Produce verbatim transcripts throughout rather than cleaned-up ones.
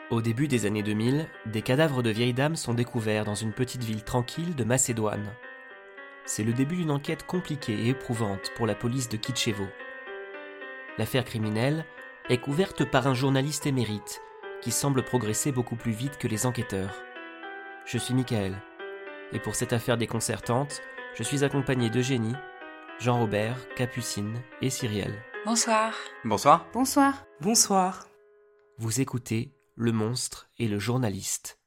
Au début des années deux mille, des cadavres de vieilles dames sont découverts dans une petite ville tranquille de Macédoine. C'est le début d'une enquête compliquée et éprouvante pour la police de Kitchevo. L'affaire criminelle est couverte par un journaliste émérite qui semble progresser beaucoup plus vite que les enquêteurs. Je suis Michael, et pour cette affaire déconcertante, je suis accompagné d'Eugénie, Jean-Robert, Capucine et Cyrielle. Bonsoir. Bonsoir. Bonsoir. Bonsoir. Vous écoutez Le Monstre et le Journaliste.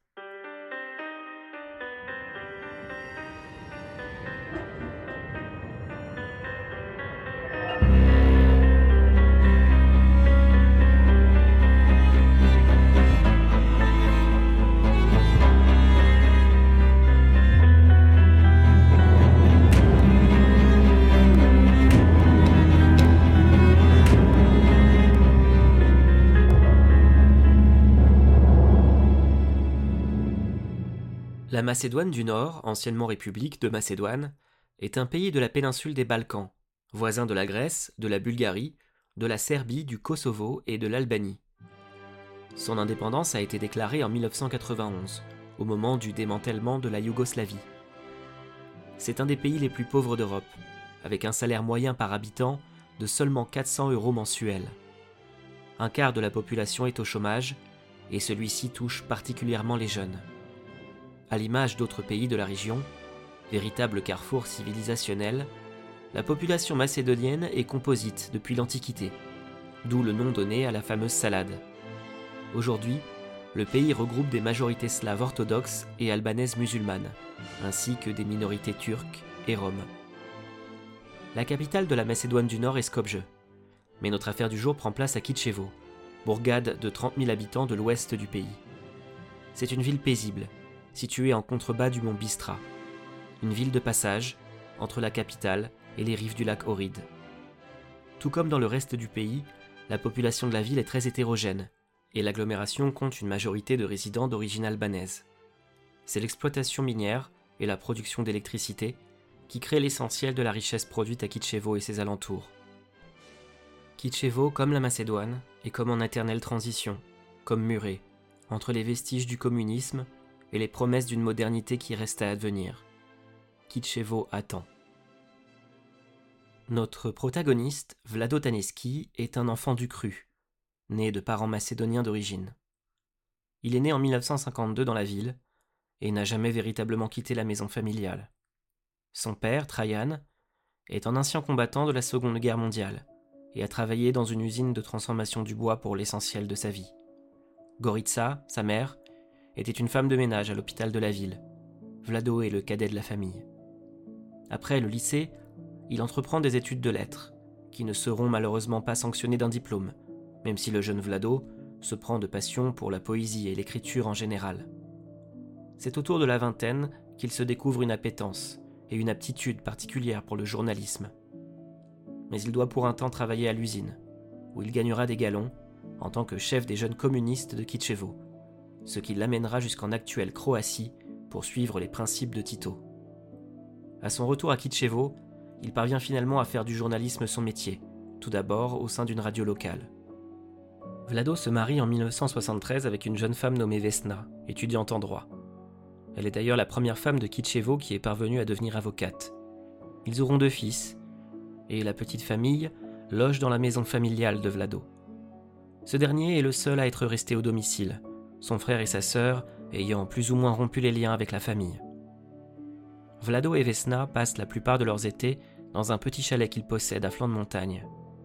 La Macédoine du Nord, anciennement République de Macédoine, est un pays de la péninsule des Balkans, voisin de la Grèce, de la Bulgarie, de la Serbie, du Kosovo et de l'Albanie. Son indépendance a été déclarée en dix-neuf cent quatre-vingt-onze, au moment du démantèlement de la Yougoslavie. C'est un des pays les plus pauvres d'Europe, avec un salaire moyen par habitant de seulement quatre cents euros mensuels. Un quart de la population est au chômage, et celui-ci touche particulièrement les jeunes. À l'image d'autres pays de la région, véritable carrefour civilisationnel, la population macédonienne est composite depuis l'Antiquité, d'où le nom donné à la fameuse salade. Aujourd'hui, le pays regroupe des majorités slaves orthodoxes et albanaises musulmanes, ainsi que des minorités turques et roms. La capitale de la Macédoine du Nord est Skopje, mais notre affaire du jour prend place à Kitchevo, bourgade de trente mille habitants de l'ouest du pays. C'est une ville paisible, située en contrebas du mont Bistra, une ville de passage entre la capitale et les rives du lac Ohrid. Tout comme dans le reste du pays, la population de la ville est très hétérogène et l'agglomération compte une majorité de résidents d'origine albanaise. C'est l'exploitation minière et la production d'électricité qui créent l'essentiel de la richesse produite à Kitchevo et ses alentours. Kitchevo, comme la Macédoine, est comme en éternelle transition, comme murée, entre les vestiges du communisme et les promesses d'une modernité qui reste à advenir. Kitchevo attend. Notre protagoniste, Vlado Taneski, est un enfant du cru, né de parents macédoniens d'origine. Il est né en dix-neuf cent cinquante-deux dans la ville et n'a jamais véritablement quitté la maison familiale. Son père, Trajan, est un ancien combattant de la Seconde Guerre mondiale et a travaillé dans une usine de transformation du bois pour l'essentiel de sa vie. Gorica, sa mère, était une femme de ménage à l'hôpital de la ville. Vlado est le cadet de la famille. Après le lycée, il entreprend des études de lettres, qui ne seront malheureusement pas sanctionnées d'un diplôme, même si le jeune Vlado se prend de passion pour la poésie et l'écriture en général. C'est autour de la vingtaine qu'il se découvre une appétence et une aptitude particulière pour le journalisme. Mais il doit pour un temps travailler à l'usine, où il gagnera des galons en tant que chef des jeunes communistes de Kitchevo, ce qui l'amènera jusqu'en actuelle Croatie pour suivre les principes de Tito. À son retour à Kitchevo, il parvient finalement à faire du journalisme son métier, tout d'abord au sein d'une radio locale. Vlado se marie en dix-neuf cent soixante-treize avec une jeune femme nommée Vesna, étudiante en droit. Elle est d'ailleurs la première femme de Kitchevo qui est parvenue à devenir avocate. Ils auront deux fils, et la petite famille loge dans la maison familiale de Vlado. Ce dernier est le seul à être resté au domicile, son frère et sa sœur ayant plus ou moins rompu les liens avec la famille. Vlado et Vesna passent la plupart de leurs étés dans un petit chalet qu'ils possèdent à flanc de montagne.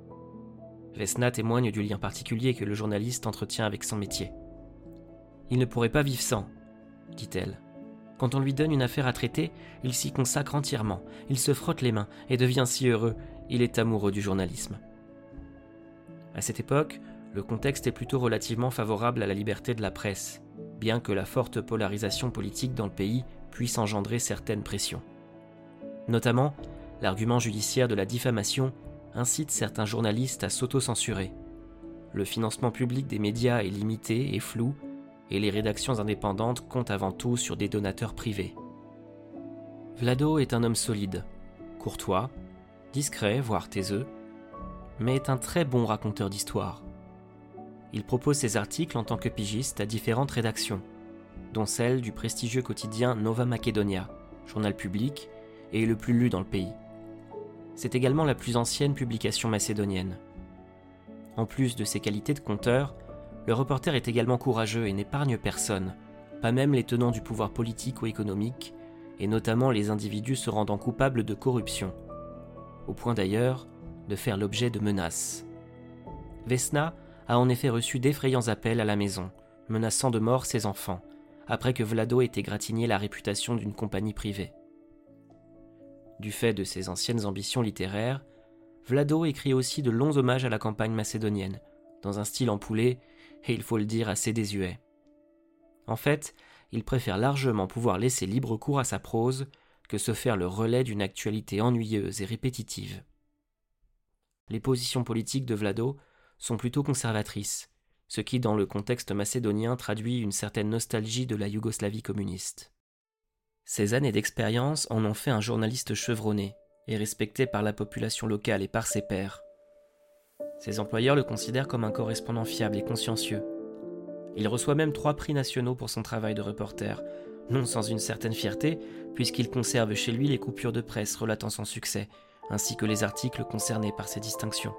Vesna témoigne du lien particulier que le journaliste entretient avec son métier. « Il ne pourrait pas vivre sans », dit-elle. « Quand on lui donne une affaire à traiter, il s'y consacre entièrement, il se frotte les mains et devient si heureux, il est amoureux du journalisme. » À cette époque, le contexte est plutôt relativement favorable à la liberté de la presse, bien que la forte polarisation politique dans le pays puisse engendrer certaines pressions. Notamment, l'argument judiciaire de la diffamation incite certains journalistes à s'auto-censurer. Le financement public des médias est limité et flou, et les rédactions indépendantes comptent avant tout sur des donateurs privés. Vlado est un homme solide, courtois, discret, voire taiseux, mais est un très bon raconteur d'histoires. Il propose ses articles en tant que pigiste à différentes rédactions, dont celle du prestigieux quotidien Nova Makedonia, journal public et le plus lu dans le pays. C'est également la plus ancienne publication macédonienne. En plus de ses qualités de conteur, le reporter est également courageux et n'épargne personne, pas même les tenants du pouvoir politique ou économique, et notamment les individus se rendant coupables de corruption, au point d'ailleurs de faire l'objet de menaces. Vesna a en effet reçu d'effrayants appels à la maison, menaçant de mort ses enfants, après que Vlado ait égratigné la réputation d'une compagnie privée. Du fait de ses anciennes ambitions littéraires, Vlado écrit aussi de longs hommages à la campagne macédonienne, dans un style empoulé et, il faut le dire, assez désuet. En fait, il préfère largement pouvoir laisser libre cours à sa prose que se faire le relais d'une actualité ennuyeuse et répétitive. Les positions politiques de Vlado sont plutôt conservatrices, ce qui, dans le contexte macédonien, traduit une certaine nostalgie de la Yougoslavie communiste. Ces années d'expérience en ont fait un journaliste chevronné et respecté par la population locale et par ses pairs. Ses employeurs le considèrent comme un correspondant fiable et consciencieux. Il reçoit même trois prix nationaux pour son travail de reporter, non sans une certaine fierté, puisqu'il conserve chez lui les coupures de presse relatant son succès, ainsi que les articles concernés par ces distinctions.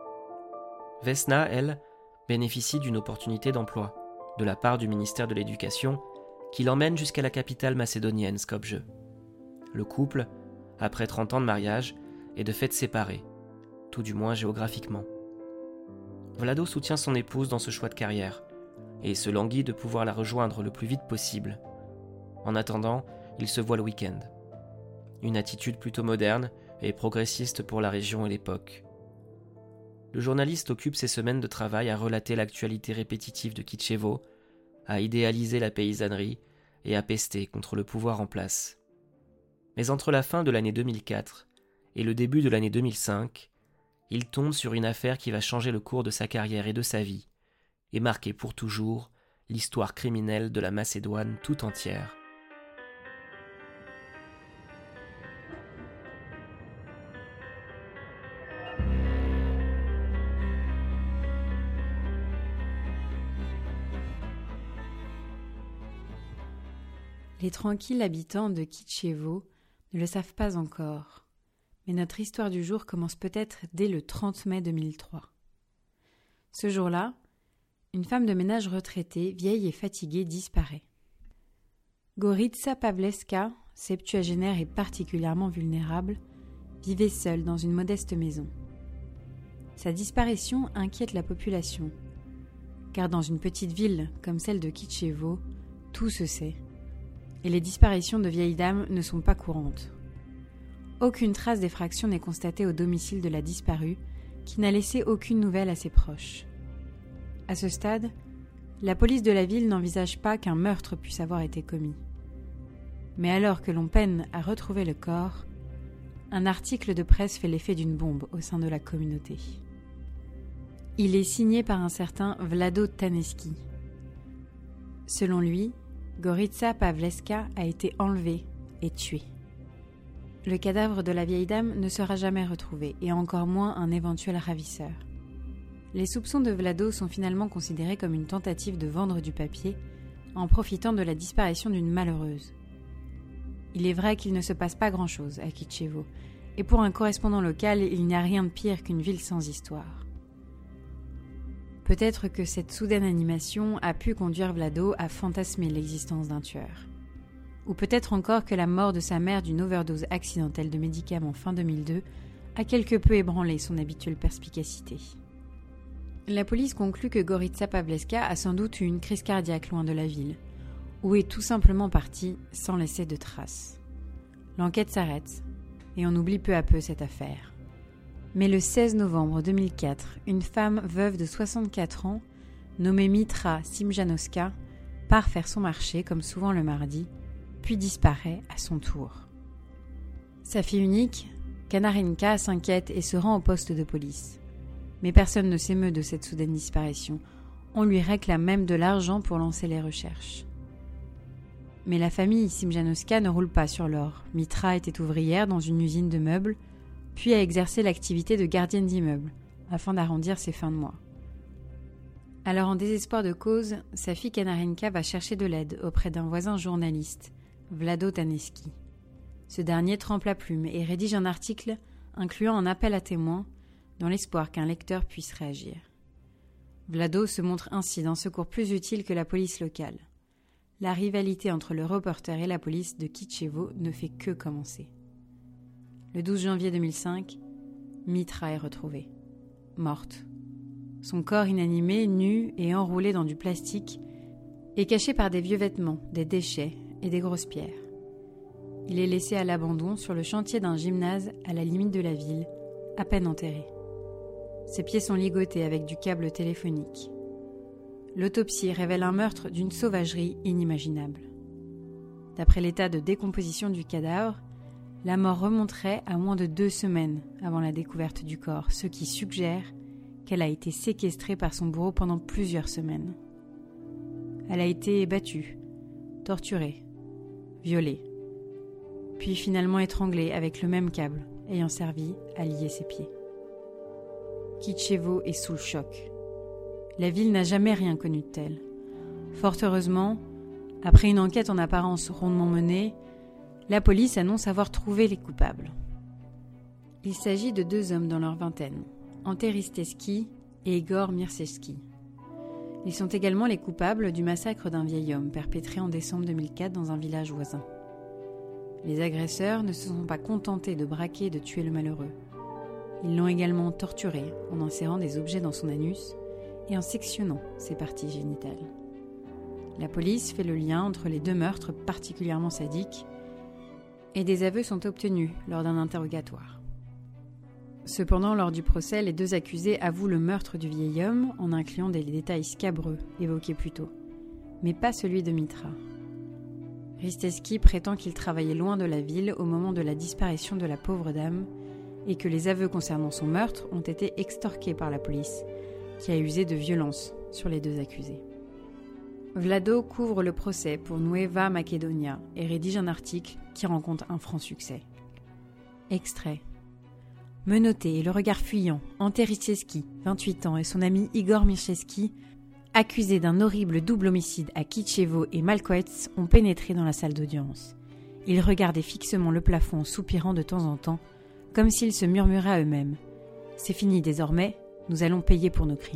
Vesna, elle, bénéficie d'une opportunité d'emploi, de la part du ministère de l'Éducation, qui l'emmène jusqu'à la capitale macédonienne, Skopje. Le couple, après trente ans de mariage, est de fait séparé, tout du moins géographiquement. Vlado soutient son épouse dans ce choix de carrière, et se languit de pouvoir la rejoindre le plus vite possible. En attendant, il se voit le week-end. Une attitude plutôt moderne et progressiste pour la région et l'époque. Le journaliste occupe ses semaines de travail à relater l'actualité répétitive de Kitchevo, à idéaliser la paysannerie et à pester contre le pouvoir en place. Mais entre la fin de l'année deux mille quatre et le début de l'année deux mille cinq, il tombe sur une affaire qui va changer le cours de sa carrière et de sa vie, et marquer pour toujours l'histoire criminelle de la Macédoine tout entière. Les tranquilles habitants de Kitchevo ne le savent pas encore, mais notre histoire du jour commence peut-être dès le trente mai deux mille trois. Ce jour-là, une femme de ménage retraitée, vieille et fatiguée, disparaît. Gorica Pavleska, septuagénaire et particulièrement vulnérable, vivait seule dans une modeste maison. Sa disparition inquiète la population, car dans une petite ville comme celle de Kitchevo, tout se sait. Et les disparitions de vieilles dames ne sont pas courantes. Aucune trace d'effraction n'est constatée au domicile de la disparue, qui n'a laissé aucune nouvelle à ses proches. À ce stade, la police de la ville n'envisage pas qu'un meurtre puisse avoir été commis. Mais alors que l'on peine à retrouver le corps, un article de presse fait l'effet d'une bombe au sein de la communauté. Il est signé par un certain Vlado Taneski. Selon lui, Gorica Pavleska a été enlevée et tuée. Le cadavre de la vieille dame ne sera jamais retrouvé, et encore moins un éventuel ravisseur. Les soupçons de Vlado sont finalement considérés comme une tentative de vendre du papier en profitant de la disparition d'une malheureuse. Il est vrai qu'il ne se passe pas grand-chose à Kitchevo, et pour un correspondant local, il n'y a rien de pire qu'une ville sans histoire. Peut-être que cette soudaine animation a pu conduire Vlado à fantasmer l'existence d'un tueur. Ou peut-être encore que la mort de sa mère d'une overdose accidentelle de médicaments fin deux mille deux a quelque peu ébranlé son habituelle perspicacité. La police conclut que Gorica Pavleska a sans doute eu une crise cardiaque loin de la ville, ou est tout simplement partie sans laisser de traces. L'enquête s'arrête, et on oublie peu à peu cette affaire. Mais le seize novembre deux mille quatre, une femme veuve de soixante-quatre ans, nommée Mitra Simjanoska, part faire son marché comme souvent le mardi, puis disparaît à son tour. Sa fille unique, Kanarinka, s'inquiète et se rend au poste de police. Mais personne ne s'émeut de cette soudaine disparition. On lui réclame même de l'argent pour lancer les recherches. Mais la famille Simjanoska ne roule pas sur l'or. Mitra était ouvrière dans une usine de meubles, puis a exercé l'activité de gardienne d'immeuble, afin d'arrondir ses fins de mois. Alors en désespoir de cause, sa fille Kanarenka va chercher de l'aide auprès d'un voisin journaliste, Vlado Taneski. Ce dernier trempe la plume et rédige un article incluant un appel à témoins dans l'espoir qu'un lecteur puisse réagir. Vlado se montre ainsi d'un secours plus utile que la police locale. La rivalité entre le reporter et la police de Kitchevo ne fait que commencer. Le douze janvier deux mille cinq, Mitra est retrouvée, morte. Son corps inanimé, nu et enroulé dans du plastique, est caché par des vieux vêtements, des déchets et des grosses pierres. Il est laissé à l'abandon sur le chantier d'un gymnase à la limite de la ville, à peine enterré. Ses pieds sont ligotés avec du câble téléphonique. L'autopsie révèle un meurtre d'une sauvagerie inimaginable. D'après l'état de décomposition du cadavre, la mort remonterait à moins de deux semaines avant la découverte du corps, ce qui suggère qu'elle a été séquestrée par son bourreau pendant plusieurs semaines. Elle a été battue, torturée, violée, puis finalement étranglée avec le même câble ayant servi à lier ses pieds. Kitchevo est sous le choc. La ville n'a jamais rien connu de tel. Fort heureusement, après une enquête en apparence rondement menée, la police annonce avoir trouvé les coupables. Il s'agit de deux hommes dans leur vingtaine, Ante Risteski et Igor Mircevski. Ils sont également les coupables du massacre d'un vieil homme perpétré en décembre deux mille quatre dans un village voisin. Les agresseurs ne se sont pas contentés de braquer et de tuer le malheureux. Ils l'ont également torturé en insérant des objets dans son anus et en sectionnant ses parties génitales. La police fait le lien entre les deux meurtres particulièrement sadiques et des aveux sont obtenus lors d'un interrogatoire. Cependant, lors du procès, les deux accusés avouent le meurtre du vieil homme en incluant des détails scabreux évoqués plus tôt, mais pas celui de Mitra. Risteski prétend qu'il travaillait loin de la ville au moment de la disparition de la pauvre dame et que les aveux concernant son meurtre ont été extorqués par la police, qui a usé de violence sur les deux accusés. Vlado couvre le procès pour Nueva Macedonia et rédige un article qui rencontre un franc succès. Extrait. Menotté et le regard fuyant, Ante Risteski, vingt-huit ans, et son ami Igor Mircevski, accusés d'un horrible double homicide à Kitchevo et Malkoets, ont pénétré dans la salle d'audience. Ils regardaient fixement le plafond, soupirant de temps en temps, comme s'ils se murmuraient à eux-mêmes. « C'est fini désormais, nous allons payer pour nos crimes. »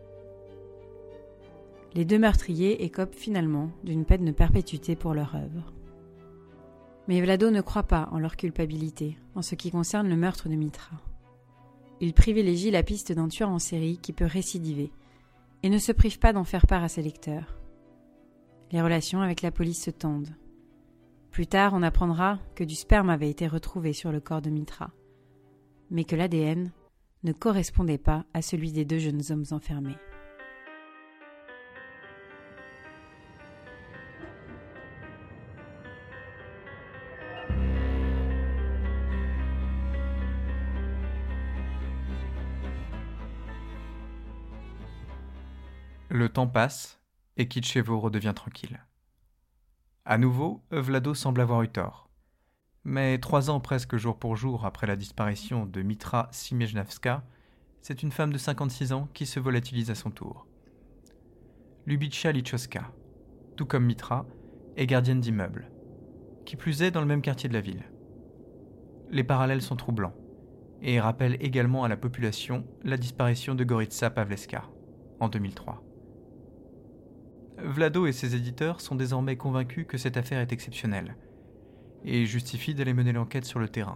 Les deux meurtriers écopent finalement d'une peine de perpétuité pour leur œuvre. Mais Vlado ne croit pas en leur culpabilité en ce qui concerne le meurtre de Mitra. Il privilégie la piste d'un tueur en série qui peut récidiver et ne se prive pas d'en faire part à ses lecteurs. Les relations avec la police se tendent. Plus tard, on apprendra que du sperme avait été retrouvé sur le corps de Mitra, mais que l'A D N ne correspondait pas à celui des deux jeunes hommes enfermés. Le temps passe et Kitchevo redevient tranquille. À nouveau, Vlado semble avoir eu tort. Mais trois ans presque jour pour jour après la disparition de Mitra Simiejnavska, c'est une femme de cinquante-six ans qui se volatilise à son tour. Lubitcha Lichowska, tout comme Mitra, est gardienne d'immeuble, qui plus est dans le même quartier de la ville. Les parallèles sont troublants et rappellent également à la population la disparition de Goritsa Pavleska en deux mille trois. Vlado et ses éditeurs sont désormais convaincus que cette affaire est exceptionnelle et justifient d'aller mener l'enquête sur le terrain.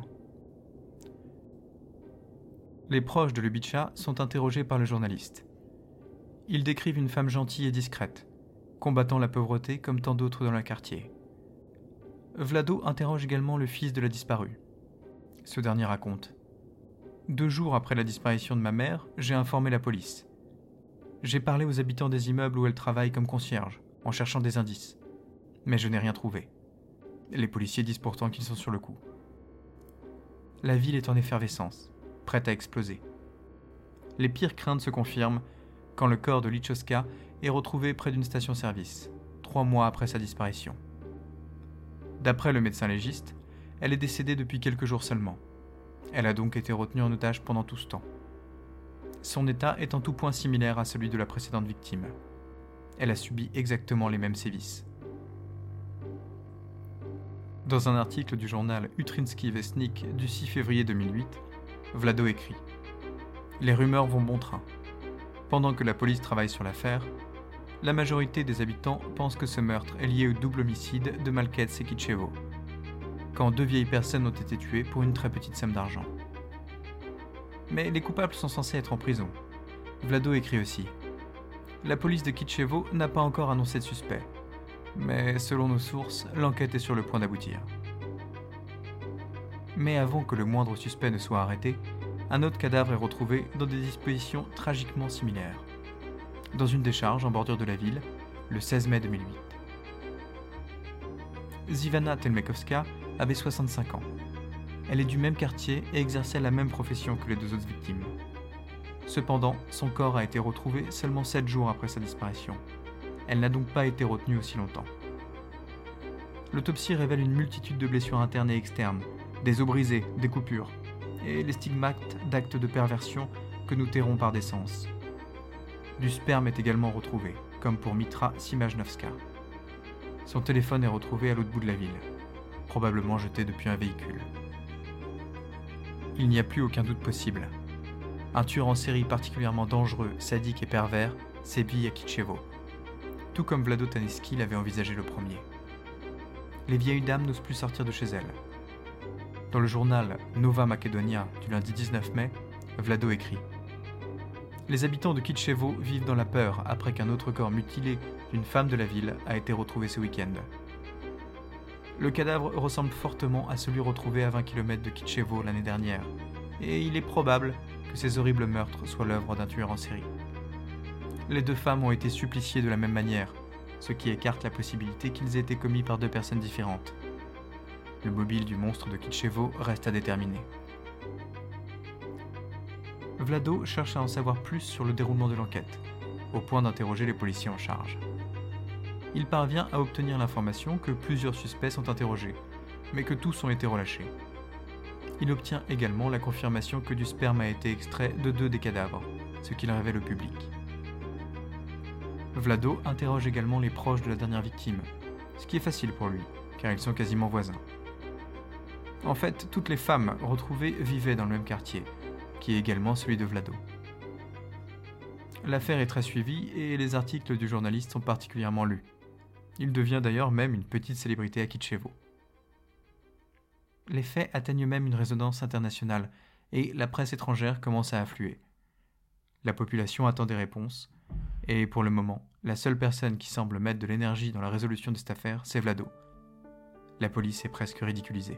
Les proches de Lubitcha sont interrogés par le journaliste. Ils décrivent une femme gentille et discrète, combattant la pauvreté comme tant d'autres dans le quartier. Vlado interroge également le fils de la disparue. Ce dernier raconte : « Deux jours après la disparition de ma mère, j'ai informé la police. J'ai parlé aux habitants des immeubles où elle travaille comme concierge, en cherchant des indices. Mais je n'ai rien trouvé. Les policiers disent pourtant qu'ils sont sur le coup. La ville est en effervescence, prête à exploser. Les pires craintes se confirment quand le corps de Lichowska est retrouvé près d'une station-service, trois mois après sa disparition. D'après le médecin légiste, elle est décédée depuis quelques jours seulement. Elle a donc été retenue en otage pendant tout ce temps. Son état est en tout point similaire à celui de la précédente victime. Elle a subi exactement les mêmes sévices. Dans un article du journal Utrinsky Vestnik du six février deux mille huit, Vlado écrit « Les rumeurs vont bon train. Pendant que la police travaille sur l'affaire, la majorité des habitants pensent que ce meurtre est lié au double homicide de Malkets et Kitchevo, quand deux vieilles personnes ont été tuées pour une très petite somme d'argent. Mais les coupables sont censés être en prison. » Vlado écrit aussi « La police de Kitchevo n'a pas encore annoncé de suspect, mais selon nos sources, l'enquête est sur le point d'aboutir. » Mais avant que le moindre suspect ne soit arrêté, un autre cadavre est retrouvé dans des dispositions tragiquement similaires, dans une décharge en bordure de la ville, le seize mai deux mille huit. Zivana Telmekovska avait soixante-cinq ans. Elle est du même quartier et exerçait la même profession que les deux autres victimes. Cependant, son corps a été retrouvé seulement sept jours après sa disparition. Elle n'a donc pas été retenue aussi longtemps. L'autopsie révèle une multitude de blessures internes et externes, des os brisés, des coupures, et les stigmates d'actes de perversion que nous tairons par décence. Du sperme est également retrouvé, comme pour Mitra Simajnovska. Son téléphone est retrouvé à l'autre bout de la ville, probablement jeté depuis un véhicule. Il n'y a plus aucun doute possible. Un tueur en série particulièrement dangereux, sadique et pervers sévit à Kitchevo, tout comme Vlado Tanevski l'avait envisagé le premier. Les vieilles dames n'osent plus sortir de chez elles. Dans le journal Nova Macedonia du lundi dix-neuf mai, Vlado écrit « Les habitants de Kitchevo vivent dans la peur après qu'un autre corps mutilé d'une femme de la ville a été retrouvé ce week-end. Le cadavre ressemble fortement à celui retrouvé à vingt kilomètres de Kitchevo l'année dernière, et il est probable que ces horribles meurtres soient l'œuvre d'un tueur en série. Les deux femmes ont été suppliciées de la même manière, ce qui écarte la possibilité qu'ils aient été commis par deux personnes différentes. Le mobile du monstre de Kitchevo reste à déterminer. » Vlado cherche à en savoir plus sur le déroulement de l'enquête, au point d'interroger les policiers en charge. Il parvient à obtenir l'information que plusieurs suspects sont interrogés, mais que tous ont été relâchés. Il obtient également la confirmation que du sperme a été extrait de deux des cadavres, ce qu'il révèle au public. Vlado interroge également les proches de la dernière victime, ce qui est facile pour lui, car ils sont quasiment voisins. En fait, toutes les femmes retrouvées vivaient dans le même quartier, qui est également celui de Vlado. L'affaire est très suivie et les articles du journaliste sont particulièrement lus. Il devient d'ailleurs même une petite célébrité à Kitchevo. Les faits atteignent même une résonance internationale et la presse étrangère commence à affluer. La population attend des réponses et pour le moment, la seule personne qui semble mettre de l'énergie dans la résolution de cette affaire, c'est Vlado. La police est presque ridiculisée.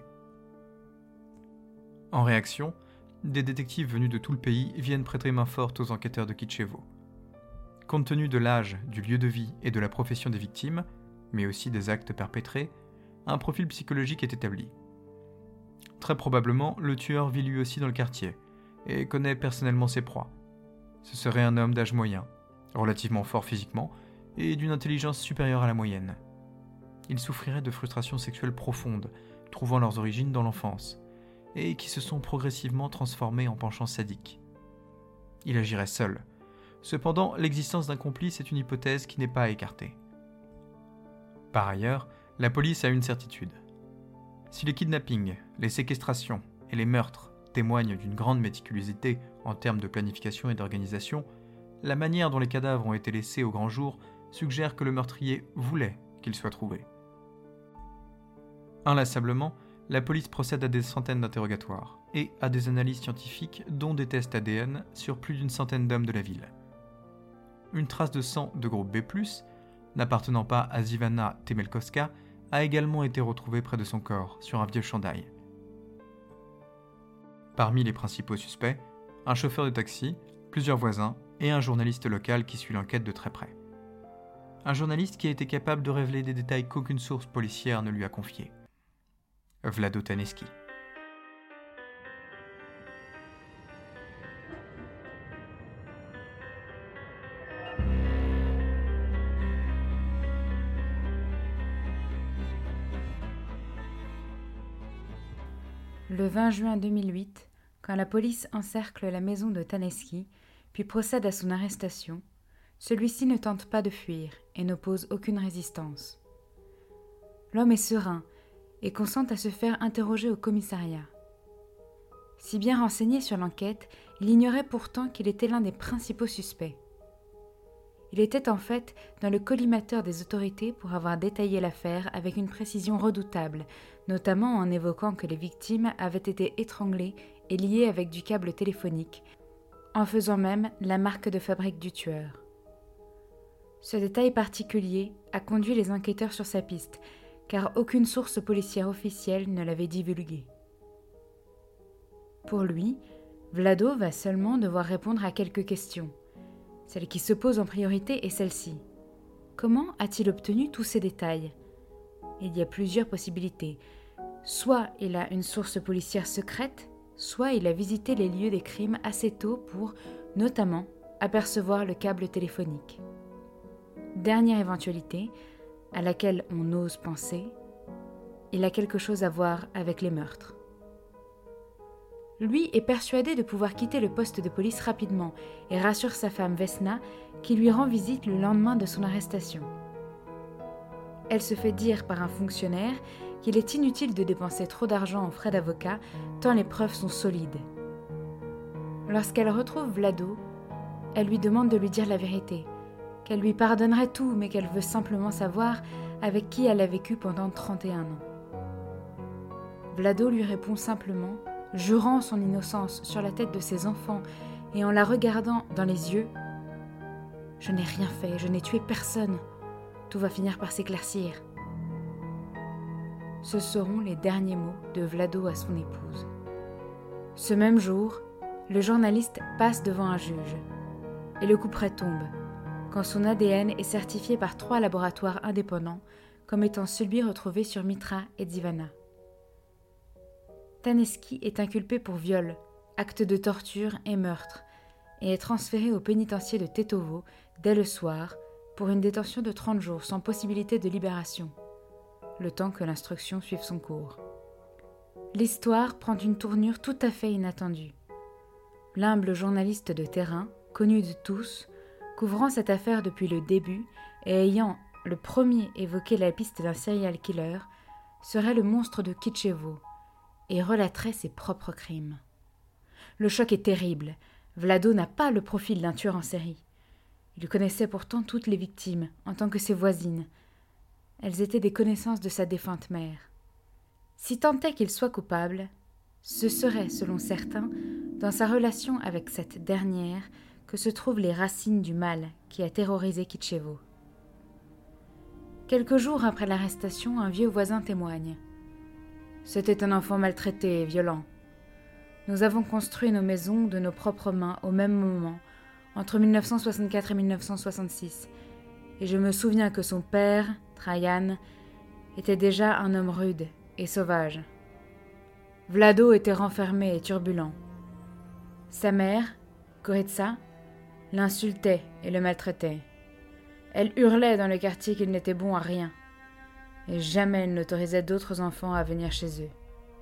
En réaction, des détectives venus de tout le pays viennent prêter main forte aux enquêteurs de Kitchevo. Compte tenu de l'âge, du lieu de vie et de la profession des victimes, mais aussi des actes perpétrés, un profil psychologique est établi. Très probablement, le tueur vit lui aussi dans le quartier et connaît personnellement ses proies. Ce serait un homme d'âge moyen, relativement fort physiquement et d'une intelligence supérieure à la moyenne. Il souffrirait de frustrations sexuelles profondes, trouvant leurs origines dans l'enfance, et qui se sont progressivement transformées en penchants sadiques. Il agirait seul. Cependant, l'existence d'un complice est une hypothèse qui n'est pas à écarter. Par ailleurs, la police a une certitude. Si les kidnappings, les séquestrations et les meurtres témoignent d'une grande méticulosité en termes de planification et d'organisation, la manière dont les cadavres ont été laissés au grand jour suggère que le meurtrier voulait qu'ils soient trouvés. Inlassablement, la police procède à des centaines d'interrogatoires et à des analyses scientifiques dont des tests A D N sur plus d'une centaine d'hommes de la ville. Une trace de sang de groupe B plus, n'appartenant pas à Zivana Temelkovska, a également été retrouvée près de son corps, sur un vieux chandail. Parmi les principaux suspects, un chauffeur de taxi, plusieurs voisins et un journaliste local qui suit l'enquête de très près. Un journaliste qui a été capable de révéler des détails qu'aucune source policière ne lui a confiés. Vlado Tanevski. Le vingt juin deux mille huit, quand la police encercle la maison de Tanevski, puis procède à son arrestation, celui-ci ne tente pas de fuir et n'oppose aucune résistance. L'homme est serein et consent à se faire interroger au commissariat. Si bien renseigné sur l'enquête, il ignorait pourtant qu'il était l'un des principaux suspects. Il était en fait dans le collimateur des autorités pour avoir détaillé l'affaire avec une précision redoutable, notamment en évoquant que les victimes avaient été étranglées et liées avec du câble téléphonique, en faisant même la marque de fabrique du tueur. Ce détail particulier a conduit les enquêteurs sur sa piste, car aucune source policière officielle ne l'avait divulgué. Pour lui, Vlado va seulement devoir répondre à quelques questions. Celle qui se pose en priorité est celle-ci. Comment a-t-il obtenu tous ces détails ? Il y a plusieurs possibilités. Soit il a une source policière secrète, soit il a visité les lieux des crimes assez tôt pour, notamment, apercevoir le câble téléphonique. Dernière éventualité, à laquelle on ose penser, il a quelque chose à voir avec les meurtres. Lui est persuadé de pouvoir quitter le poste de police rapidement et rassure sa femme Vesna qui lui rend visite le lendemain de son arrestation. Elle se fait dire par un fonctionnaire qu'il est inutile de dépenser trop d'argent en frais d'avocat tant les preuves sont solides. Lorsqu'elle retrouve Vlado, elle lui demande de lui dire la vérité, qu'elle lui pardonnerait tout mais qu'elle veut simplement savoir avec qui elle a vécu pendant trente et un ans. Vlado lui répond simplement, jurant son innocence sur la tête de ses enfants et en la regardant dans les yeux. « Je n'ai rien fait, je n'ai tué personne. Tout va finir par s'éclaircir. » Ce seront les derniers mots de Vlado à son épouse. Ce même jour, le journaliste passe devant un juge et le couperet tombe quand son A D N est certifié par trois laboratoires indépendants comme étant celui retrouvé sur Mitra et Dzivana. Taneski est inculpé pour viol, acte de torture et meurtre et est transféré au pénitencier de Tetovo dès le soir pour une détention de trente jours sans possibilité de libération, le temps que l'instruction suive son cours. L'histoire prend une tournure tout à fait inattendue. L'humble journaliste de terrain, connu de tous, couvrant cette affaire depuis le début et ayant le premier évoqué la piste d'un serial killer, serait le monstre de Kitchevo et relaterait ses propres crimes. Le choc est terrible. Vlado n'a pas le profil d'un tueur en série. Il connaissait pourtant toutes les victimes, en tant que ses voisines. Elles étaient des connaissances de sa défunte mère. Si tant est qu'il soit coupable, ce serait, selon certains, dans sa relation avec cette dernière que se trouvent les racines du mal qui a terrorisé Kitchevo. Quelques jours après l'arrestation, un vieux voisin témoigne. « C'était un enfant maltraité et violent. Nous avons construit nos maisons de nos propres mains au même moment, entre mille neuf cent soixante-quatre et mille neuf cent soixante-six, et je me souviens que son père, Trajan, était déjà un homme rude et sauvage. Vlado était renfermé et turbulent. Sa mère, Koritsa, l'insultait et le maltraitait. Elle hurlait dans le quartier qu'il n'était bon à rien, et jamais elle n'autorisait d'autres enfants à venir chez eux.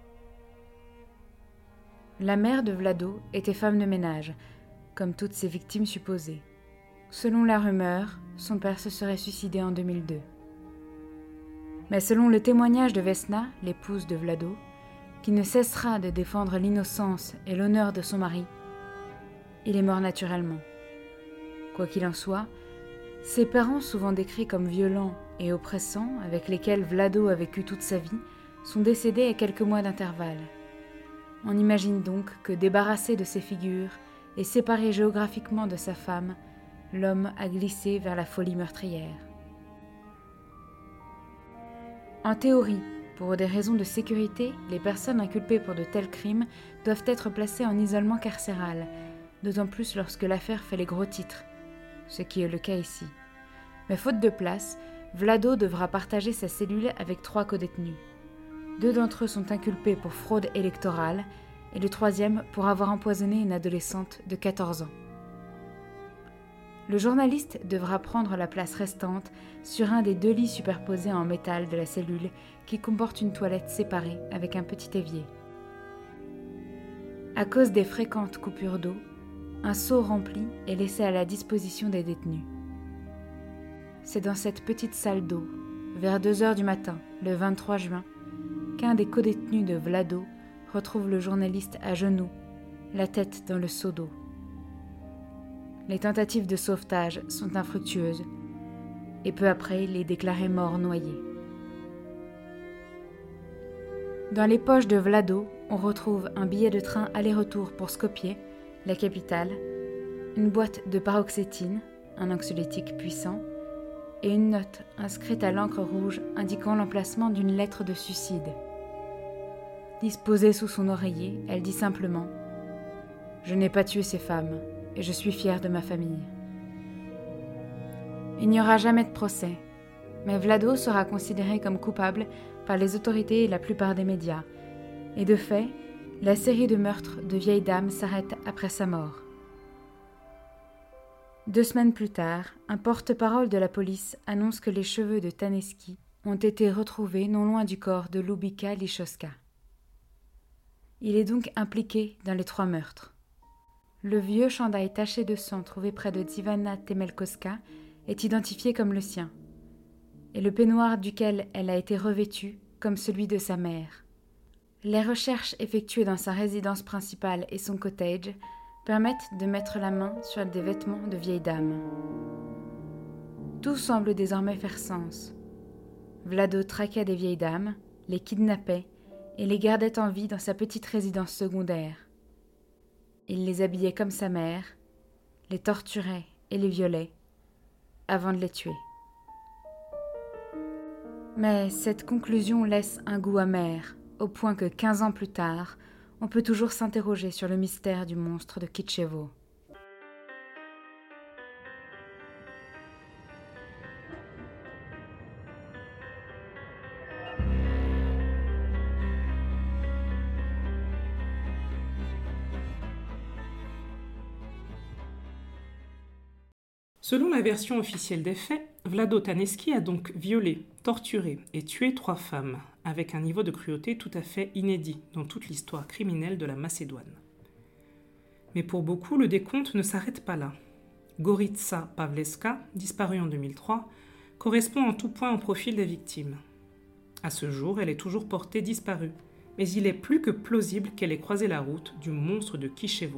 La mère de Vlado était femme de ménage, comme toutes ses victimes supposées. Selon la rumeur, son père se serait suicidé en deux mille deux. Mais selon le témoignage de Vesna, l'épouse de Vlado, qui ne cessera de défendre l'innocence et l'honneur de son mari, il est mort naturellement. Quoi qu'il en soit, ses parents, souvent décrits comme violents et oppressants, avec lesquels Vlado a vécu toute sa vie, sont décédés à quelques mois d'intervalle. On imagine donc que, débarrassé de ces figures et séparé géographiquement de sa femme, l'homme a glissé vers la folie meurtrière. En théorie, pour des raisons de sécurité, les personnes inculpées pour de tels crimes doivent être placées en isolement carcéral, d'autant plus lorsque l'affaire fait les gros titres, ce qui est le cas ici. Mais faute de place, Vlado devra partager sa cellule avec trois codétenus. Deux d'entre eux sont inculpés pour fraude électorale et le troisième pour avoir empoisonné une adolescente de quatorze ans. Le journaliste devra prendre la place restante sur un des deux lits superposés en métal de la cellule qui comporte une toilette séparée avec un petit évier. À cause des fréquentes coupures d'eau, un seau rempli est laissé à la disposition des détenus. C'est dans cette petite salle d'eau, vers deux heures du matin, le vingt-trois juin, qu'un des codétenus de Vlado retrouve le journaliste à genoux, la tête dans le seau d'eau. Les tentatives de sauvetage sont infructueuses, et peu après, il est déclaré mort noyé. Dans les poches de Vlado, on retrouve un billet de train aller-retour pour Skopje, la capitale, une boîte de paroxétine, un anxiolytique puissant, et une note inscrite à l'encre rouge indiquant l'emplacement d'une lettre de suicide. Disposée sous son oreiller, elle dit simplement « Je n'ai pas tué ces femmes, et je suis fière de ma famille. » Il n'y aura jamais de procès, mais Vlado sera considéré comme coupable par les autorités et la plupart des médias, et de fait, la série de meurtres de vieilles dames s'arrête après sa mort. Deux semaines plus tard, un porte-parole de la police annonce que les cheveux de Taneski ont été retrouvés non loin du corps de Lubika Lišovská. Il est donc impliqué dans les trois meurtres. Le vieux chandail taché de sang trouvé près de Dzivana Temelkovska est identifié comme le sien, et le peignoir duquel elle a été revêtue comme celui de sa mère. Les recherches effectuées dans sa résidence principale et son cottage permettent de mettre la main sur des vêtements de vieille dame. Tout semble désormais faire sens. Vlado traquait des vieilles dames, les kidnappait et les gardait en vie dans sa petite résidence secondaire. Il les habillait comme sa mère, les torturait et les violait, avant de les tuer. Mais cette conclusion laisse un goût amer, au point que quinze ans plus tard, on peut toujours s'interroger sur le mystère du monstre de Kitchevo. Selon la version officielle des faits, Vlado Taneski a donc violé, torturé et tué trois femmes, avec un niveau de cruauté tout à fait inédit dans toute l'histoire criminelle de la Macédoine. Mais pour beaucoup, le décompte ne s'arrête pas là. Gorica Pavleska, disparue en deux mille trois, correspond en tout point au profil des victimes. À ce jour, elle est toujours portée disparue, mais il est plus que plausible qu'elle ait croisé la route du monstre de Kitchevo.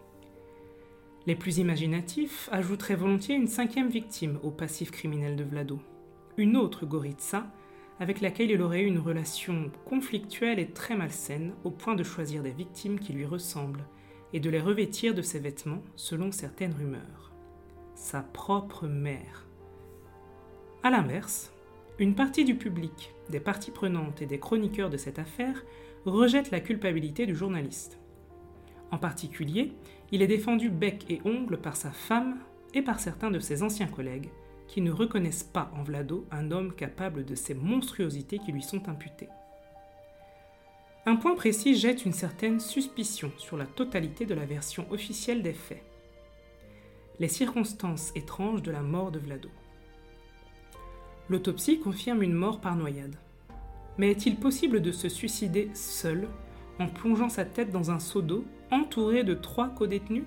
Les plus imaginatifs ajouteraient volontiers une cinquième victime au passif criminel de Vlado, une autre Gorica, avec laquelle il aurait eu une relation conflictuelle et très malsaine, au point de choisir des victimes qui lui ressemblent et de les revêtir de ses vêtements selon certaines rumeurs. Sa propre mère. À l'inverse, une partie du public, des parties prenantes et des chroniqueurs de cette affaire rejette la culpabilité du journaliste. En particulier, il est défendu bec et ongles par sa femme et par certains de ses anciens collègues qui ne reconnaissent pas en Vlado un homme capable de ces monstruosités qui lui sont imputées. Un point précis jette une certaine suspicion sur la totalité de la version officielle des faits. Les circonstances étranges de la mort de Vlado. L'autopsie confirme une mort par noyade. Mais est-il possible de se suicider seul en plongeant sa tête dans un seau d'eau entouré de trois codétenus?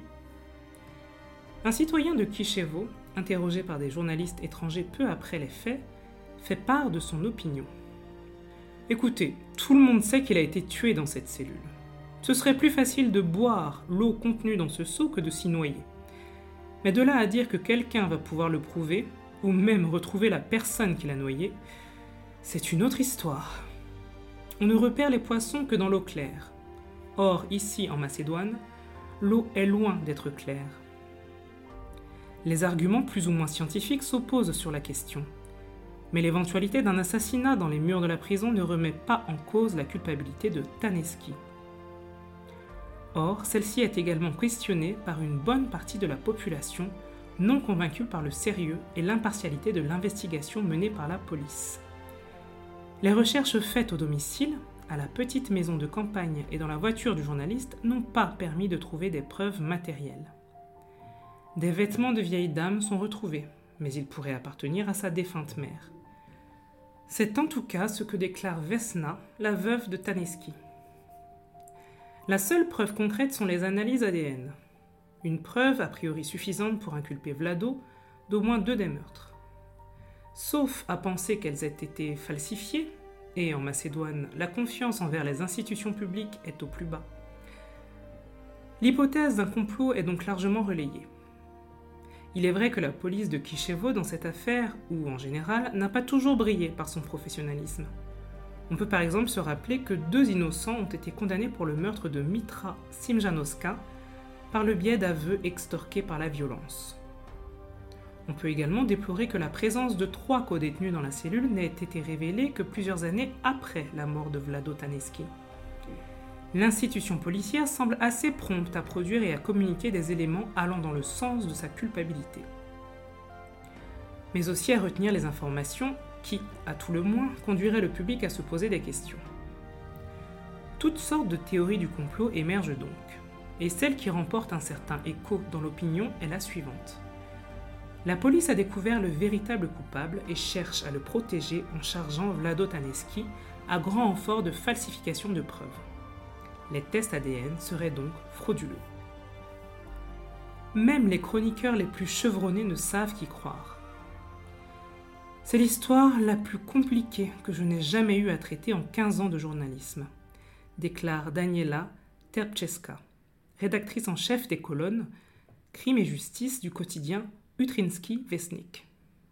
Un citoyen de Kitchevo, interrogé par des journalistes étrangers peu après les faits, fait part de son opinion. Écoutez, tout le monde sait qu'il a été tué dans cette cellule. Ce serait plus facile de boire l'eau contenue dans ce seau que de s'y noyer. Mais de là à dire que quelqu'un va pouvoir le prouver, ou même retrouver la personne qui l'a noyé, c'est une autre histoire. On ne repère les poissons que dans l'eau claire. Or, ici, en Macédoine, l'eau est loin d'être claire. Les arguments plus ou moins scientifiques s'opposent sur la question. Mais l'éventualité d'un assassinat dans les murs de la prison ne remet pas en cause la culpabilité de Taneski. Or, celle-ci est également questionnée par une bonne partie de la population, non convaincue par le sérieux et l'impartialité de l'investigation menée par la police. Les recherches faites au domicile, à la petite maison de campagne et dans la voiture du journaliste n'ont pas permis de trouver des preuves matérielles. Des vêtements de vieille dame sont retrouvés, mais ils pourraient appartenir à sa défunte mère. C'est en tout cas ce que déclare Vesna, la veuve de Taneski. La seule preuve concrète sont les analyses A D N. une preuve a priori suffisante pour inculper Vlado d'au moins deux des meurtres. Sauf à penser qu'elles aient été falsifiées, et en Macédoine, la confiance envers les institutions publiques est au plus bas. L'hypothèse d'un complot est donc largement relayée. Il est vrai que la police de Kiševo dans cette affaire, ou en général, n'a pas toujours brillé par son professionnalisme. On peut par exemple se rappeler que deux innocents ont été condamnés pour le meurtre de Mitra Simjanovska par le biais d'aveux extorqués par la violence. On peut également déplorer que la présence de trois codétenus dans la cellule n'ait été révélée que plusieurs années après la mort de Vlado Tanevski. L'institution policière semble assez prompte à produire et à communiquer des éléments allant dans le sens de sa culpabilité, mais aussi à retenir les informations qui, à tout le moins, conduiraient le public à se poser des questions. Toutes sortes de théories du complot émergent donc, et celle qui remporte un certain écho dans l'opinion est la suivante. La police a découvert le véritable coupable et cherche à le protéger en chargeant Vlado Tanevski à grand renfort de falsification de preuves. Les tests A D N seraient donc frauduleux. Même les chroniqueurs les plus chevronnés ne savent qu'y croire. C'est l'histoire la plus compliquée que je n'ai jamais eu à traiter en quinze ans de journalisme, déclare Daniela Terpcheska, rédactrice en chef des colonnes Crime et justice du quotidien Utrinsky Vestnik.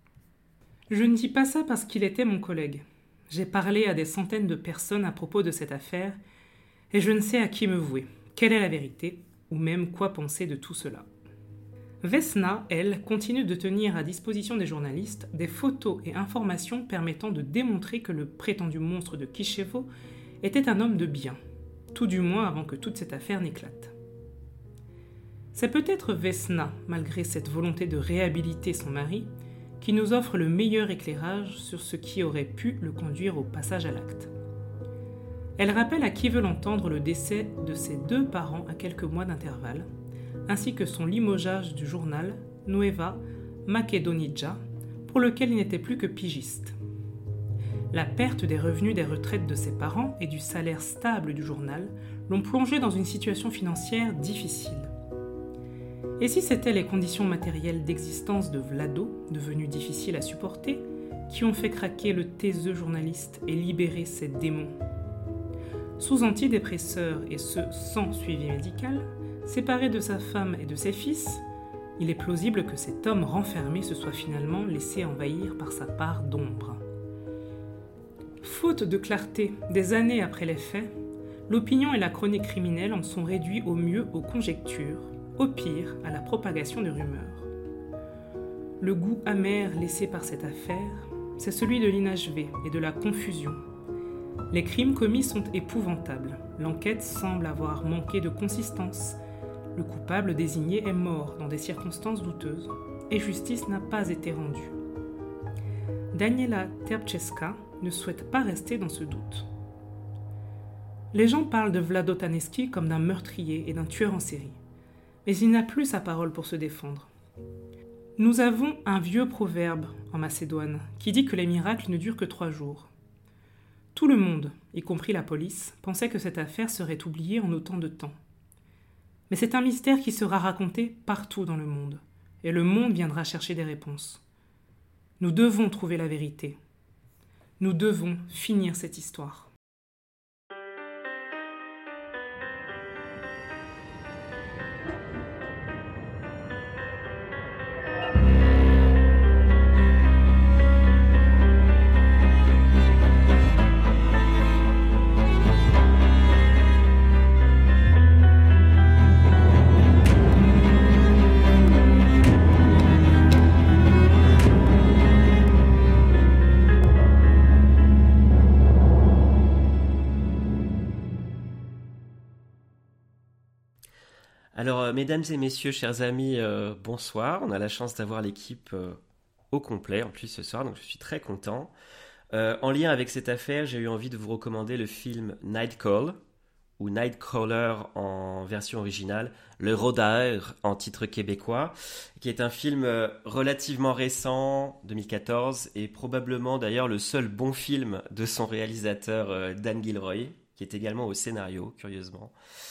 Je ne dis pas ça parce qu'il était mon collègue. J'ai parlé à des centaines de personnes à propos de cette affaire et je ne sais à qui me vouer, quelle est la vérité, ou même quoi penser de tout cela. Vesna, elle, continue de tenir à disposition des journalistes des photos et informations permettant de démontrer que le prétendu monstre de Kiševo était un homme de bien, tout du moins avant que toute cette affaire n'éclate. C'est peut-être Vesna, malgré cette volonté de réhabiliter son mari, qui nous offre le meilleur éclairage sur ce qui aurait pu le conduire au passage à l'acte. Elle rappelle à qui veut l'entendre le décès de ses deux parents à quelques mois d'intervalle, ainsi que son limogeage du journal Nueva Makedonija, pour lequel il n'était plus que pigiste. La perte des revenus des retraites de ses parents et du salaire stable du journal l'ont plongé dans une situation financière difficile. Et si c'étaient les conditions matérielles d'existence de Vlado, devenues difficiles à supporter, qui ont fait craquer le taiseux journaliste et libérer ses démons? Sous antidépresseurs et ce sans suivi médical, séparé de sa femme et de ses fils, il est plausible que cet homme renfermé se soit finalement laissé envahir par sa part d'ombre. Faute de clarté, des années après les faits, l'opinion et la chronique criminelle en sont réduits au mieux aux conjectures, au pire à la propagation de rumeurs. Le goût amer laissé par cette affaire, c'est celui de l'inachevé et de la confusion. Les crimes commis sont épouvantables, l'enquête semble avoir manqué de consistance, le coupable désigné est mort dans des circonstances douteuses, et justice n'a pas été rendue. Daniela Terpcheska ne souhaite pas rester dans ce doute. Les gens parlent de Vlado Tanevski comme d'un meurtrier et d'un tueur en série, mais il n'a plus sa parole pour se défendre. Nous avons un vieux proverbe en Macédoine qui dit que les miracles ne durent que trois jours. Tout le monde, y compris la police, pensait que cette affaire serait oubliée en autant de temps. Mais c'est un mystère qui sera raconté partout dans le monde, et le monde viendra chercher des réponses. Nous devons trouver la vérité. Nous devons finir cette histoire. Alors, euh, mesdames et messieurs, chers amis, euh, bonsoir. On a la chance d'avoir l'équipe euh, au complet en plus ce soir, donc je suis très content. Euh, en lien avec cette affaire, j'ai eu envie de vous recommander le film Night Call, ou Nightcrawler en version originale, Le Rôdeur en titre québécois, qui est un film euh, relativement récent, deux mille quatorze, et probablement d'ailleurs le seul bon film de son réalisateur euh, Dan Gilroy, qui est également au scénario, curieusement.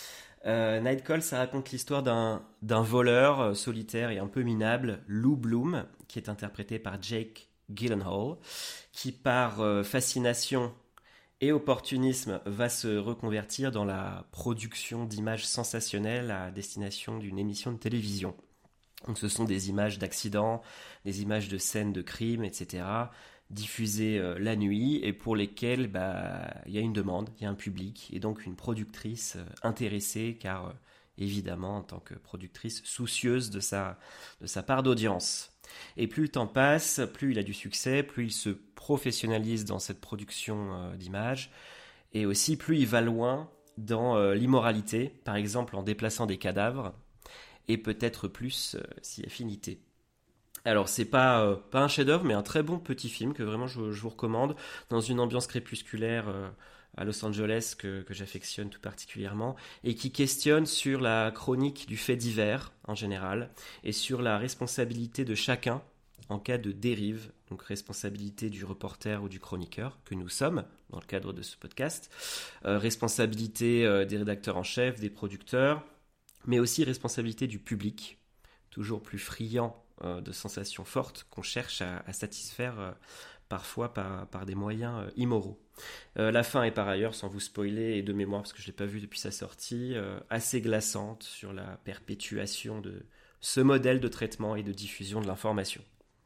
Euh, Night Call, ça raconte l'histoire d'un, d'un voleur euh, solitaire et un peu minable, Lou Bloom, qui est interprété par Jake Gyllenhaal, qui par euh, fascination et opportunisme va se reconvertir dans la production d'images sensationnelles à destination d'une émission de télévision. Donc ce sont des images d'accidents, des images de scènes de crimes, et cetera, diffusées euh, la nuit et pour lesquelles bah, il y a une demande, il y a un public et donc une productrice euh, intéressée car euh, évidemment en tant que productrice soucieuse de sa, de sa part d'audience. Et plus le temps passe, plus il a du succès, plus il se professionnalise dans cette production euh, d'images et aussi plus il va loin dans euh, l'immoralité, par exemple en déplaçant des cadavres et peut-être plus euh, si affinité. Alors c'est pas, euh, pas un chef-d'œuvre mais un très bon petit film que vraiment je, je vous recommande dans une ambiance crépusculaire euh, à Los Angeles que, que j'affectionne tout particulièrement et qui questionne sur la chronique du fait divers en général et sur la responsabilité de chacun en cas de dérive, donc responsabilité du reporter ou du chroniqueur que nous sommes dans le cadre de ce podcast, euh, responsabilité euh, des rédacteurs en chef, des producteurs, mais aussi responsabilité du public, toujours plus friand euh, de sensations fortes qu'on cherche à, à satisfaire euh, parfois par, par des moyens euh, immoraux. Euh, la fin est par ailleurs, sans vous spoiler, et de mémoire parce que je ne l'ai pas vue depuis sa sortie, euh, assez glaçante sur la perpétuation de ce modèle de traitement et de diffusion de l'information.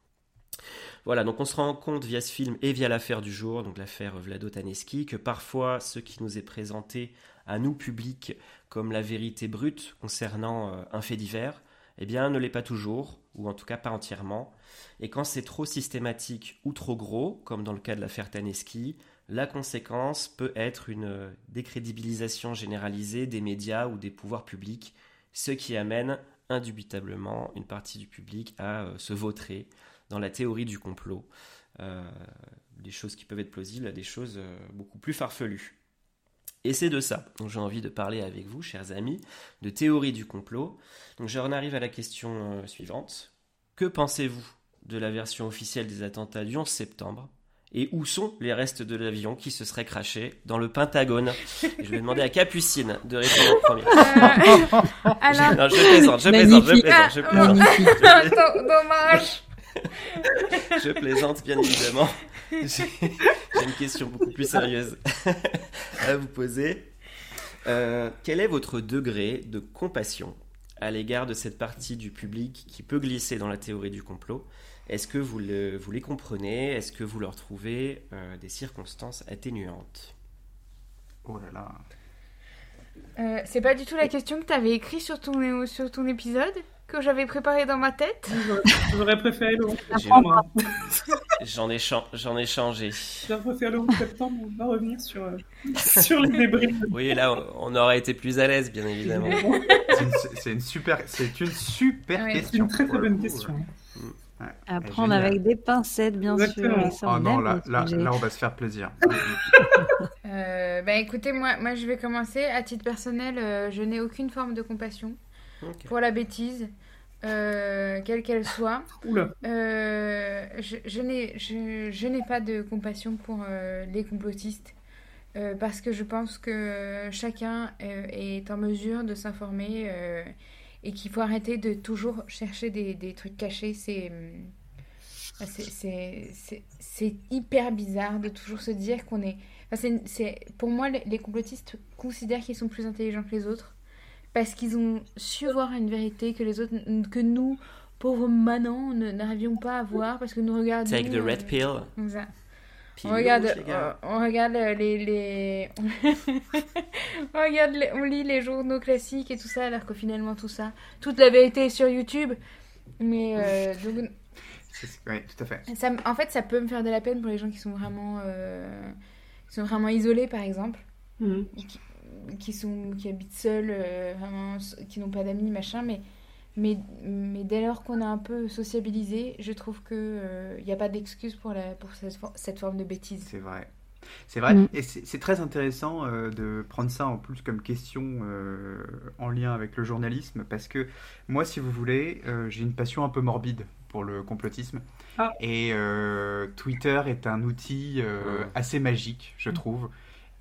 Voilà, donc on se rend compte via ce film et via l'affaire du jour, donc l'affaire Vlado Tanevski, que parfois ce qui nous est présenté à nous publics comme la vérité brute concernant euh, un fait divers, eh bien ne l'est pas toujours, ou en tout cas pas entièrement. Et quand c'est trop systématique ou trop gros, comme dans le cas de l'affaire Tanevski, la conséquence peut être une décrédibilisation généralisée des médias ou des pouvoirs publics, ce qui amène indubitablement une partie du public à euh, se vautrer dans la théorie du complot, euh, des choses qui peuvent être plausibles à des choses euh, beaucoup plus farfelues. Et c'est de ça dont j'ai envie de parler avec vous, chers amis, de théorie du complot. Donc j'en arrive à la question euh, suivante. Que pensez-vous de la version officielle des attentats du onze septembre ? Et où sont les restes de l'avion qui se serait crashé dans le Pentagone ? Et je vais demander à Capucine de répondre en premier. Euh, alors... je, non, je plaisante, je plaisante, je plaisante, je plaisante. Ah, oh, dommage. Je plaisante, bien évidemment. J'ai, j'ai une question beaucoup plus sérieuse à vous poser. Euh, quel est votre degré de compassion à l'égard de cette partie du public qui peut glisser dans la théorie du complot ? Est-ce que vous, le, vous les comprenez ? Est-ce que vous leur trouvez euh, des circonstances atténuantes ? Oh là là. Euh, c'est pas du tout la question que tu avais écrite sur ton, sur ton épisode que j'avais préparé dans ma tête. J'aurais préféré le onze J'ai- septembre. J'en ai, chan- j'en ai changé. J'aurais préféré le onze septembre. On va revenir sur, euh, sur les débris. Oui, là, on, on aurait été plus à l'aise, bien évidemment. C'est une, c'est une super, c'est une super Ouais, c'est C'est question. une très pour très le bonne coup, question. ouais. Ouais. À Ouais, prendre génial. avec des pincettes, bien Exactement. sûr. Et ça, Oh on non, aime là, les là, sujets. là, on va se faire plaisir. Euh, bah écoutez, moi, moi je vais commencer. À titre personnel, euh, je n'ai aucune forme de compassion Ok. pour la bêtise, euh, quelle qu'elle soit. Oula. Euh, je, je n'ai, je, je n'ai pas de compassion pour euh, les complotistes. euh, parce que je pense que chacun euh, est en mesure de s'informer euh, et qu'il faut arrêter de toujours chercher des, des trucs cachés. C'est, hum, c'est, c'est, c'est, c'est hyper bizarre de toujours se dire qu'on est... Enfin, c'est, c'est, pour moi, les, les complotistes considèrent qu'ils sont plus intelligents que les autres parce qu'ils ont su voir une vérité que les autres, que nous, pauvres manants, ne- n'arrivions pas à voir parce que nous regardons... Take the red euh, pill. comme ça. Pile On regarde, rouge, les gars. euh, on regarde euh, les, les... on regarde, les- on lit les journaux classiques et tout ça, alors que finalement tout ça, toute la vérité est sur YouTube. Mais euh, donc, C'est- c'est- Oui, tout à fait. ça, me- en fait, ça peut me faire de la peine pour les gens qui sont vraiment, euh, qui sont vraiment isolés, par exemple, Mhm. qui, qui sont, qui habitent seuls, euh, vraiment, qui n'ont pas d'amis, machin. Mais, mais, mais dès lors qu'on a un peu sociabilisé, je trouve que il n'y a pas d'excuse pour la, pour cette, for- cette forme de bêtise. C'est vrai. C'est vrai. Mm. Et c'est c'est très intéressant euh, de prendre ça en plus comme question euh, en lien avec le journalisme parce que moi, si vous voulez, euh, j'ai une passion un peu morbide pour le complotisme. Ah. Et euh, Twitter est un outil euh, Mm. assez magique, je trouve.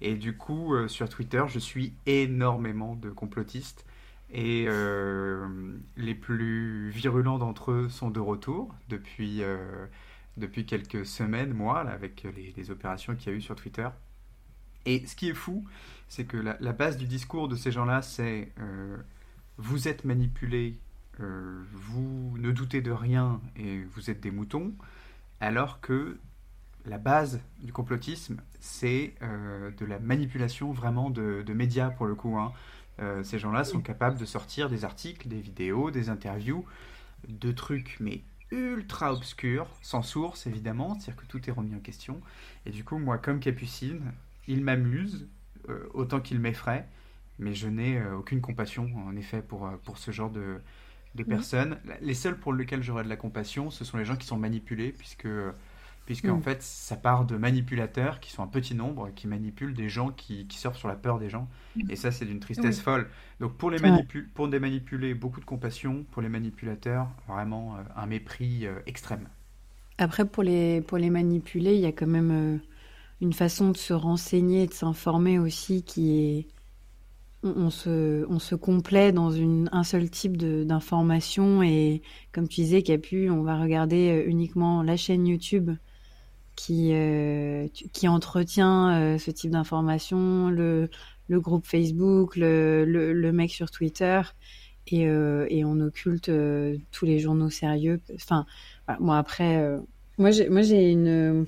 Et du coup, euh, sur Twitter, je suis énormément de complotistes. Et euh, les plus virulents d'entre eux sont de retour depuis, euh, depuis quelques semaines, mois, là, avec les, les opérations qu'il y a eu sur Twitter. Et ce qui est fou, c'est que la, la base du discours de ces gens-là, c'est euh, vous êtes manipulés, euh, vous ne doutez de rien et vous êtes des moutons, alors que la base du complotisme, c'est euh, de la manipulation vraiment de, de médias pour le coup. Hein. Euh, ces gens-là sont capables de sortir des articles, des vidéos, des interviews, de trucs mais ultra obscurs, sans source évidemment, c'est-à-dire que tout est remis en question. Et du coup, moi, comme Capucine, il m'amuse euh, autant qu'il m'effraie, mais je n'ai euh, aucune compassion en effet pour, euh, pour ce genre de, de personnes. Mmh. Les seuls pour lesquels j'aurais de la compassion, ce sont les gens qui sont manipulés, puisque... puisque mmh. en fait, ça part de manipulateurs qui sont un petit nombre, qui manipulent des gens qui, qui surfent sur la peur des gens. Et ça, c'est d'une tristesse mmh. folle. Donc pour les, manipu- pour les manipuler, beaucoup de compassion. Pour les manipulateurs, vraiment euh, un mépris euh, extrême. Après, pour les, pour les manipuler, il y a quand même euh, une façon de se renseigner, de s'informer aussi qui est... On, on, se, on se complaît dans une, un seul type de, d'information. Et comme tu disais, Capu, on va regarder uniquement la chaîne YouTube qui, euh, qui entretient euh, ce type d'information, le, le groupe Facebook, le, le, le mec sur Twitter, et, euh, et on occulte euh, tous les journaux sérieux. Enfin, voilà, moi après, euh, moi, j'ai, moi j'ai une...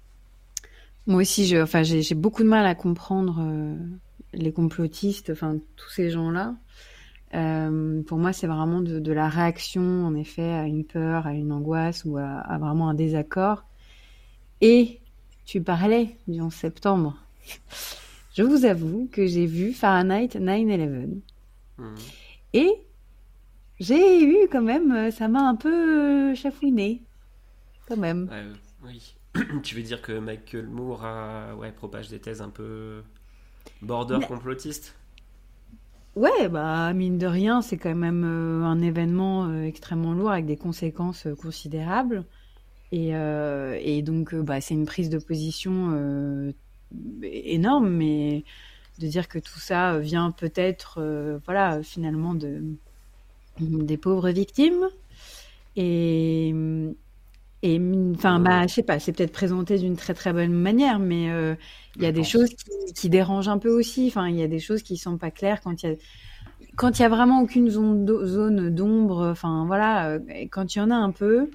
Moi aussi, je, enfin, j'ai, j'ai beaucoup de mal à comprendre euh, les complotistes, enfin, tous ces gens-là. Euh, pour moi, c'est vraiment de, de la réaction, en effet, à une peur, à une angoisse ou à, à vraiment un désaccord. Et tu parlais du onze septembre. Je vous avoue que j'ai vu Fahrenheit neuf onze. Mmh. Et j'ai eu quand même... Ça m'a un peu chafouiné. Quand même. Euh, oui. Tu veux dire que Michael Moore a, ouais, propage des thèses un peu border Mais... complotistes ? Ouais, bah mine de rien, c'est quand même euh, un événement euh, extrêmement lourd avec des conséquences euh, considérables. Et, euh, et donc, euh, bah, c'est une prise de position euh, énorme, mais de dire que tout ça vient peut-être, euh, voilà, finalement, de, des pauvres victimes. Et, et enfin, bah, je sais pas, c'est peut-être présenté d'une très très bonne manière, mais il euh, y a des choses qui, qui dérangent un peu aussi. Enfin, il y a des choses qui sont pas claires quand il y a quand il y a vraiment aucune zone, d'o- zone d'ombre. Enfin, voilà, quand il y en a un peu.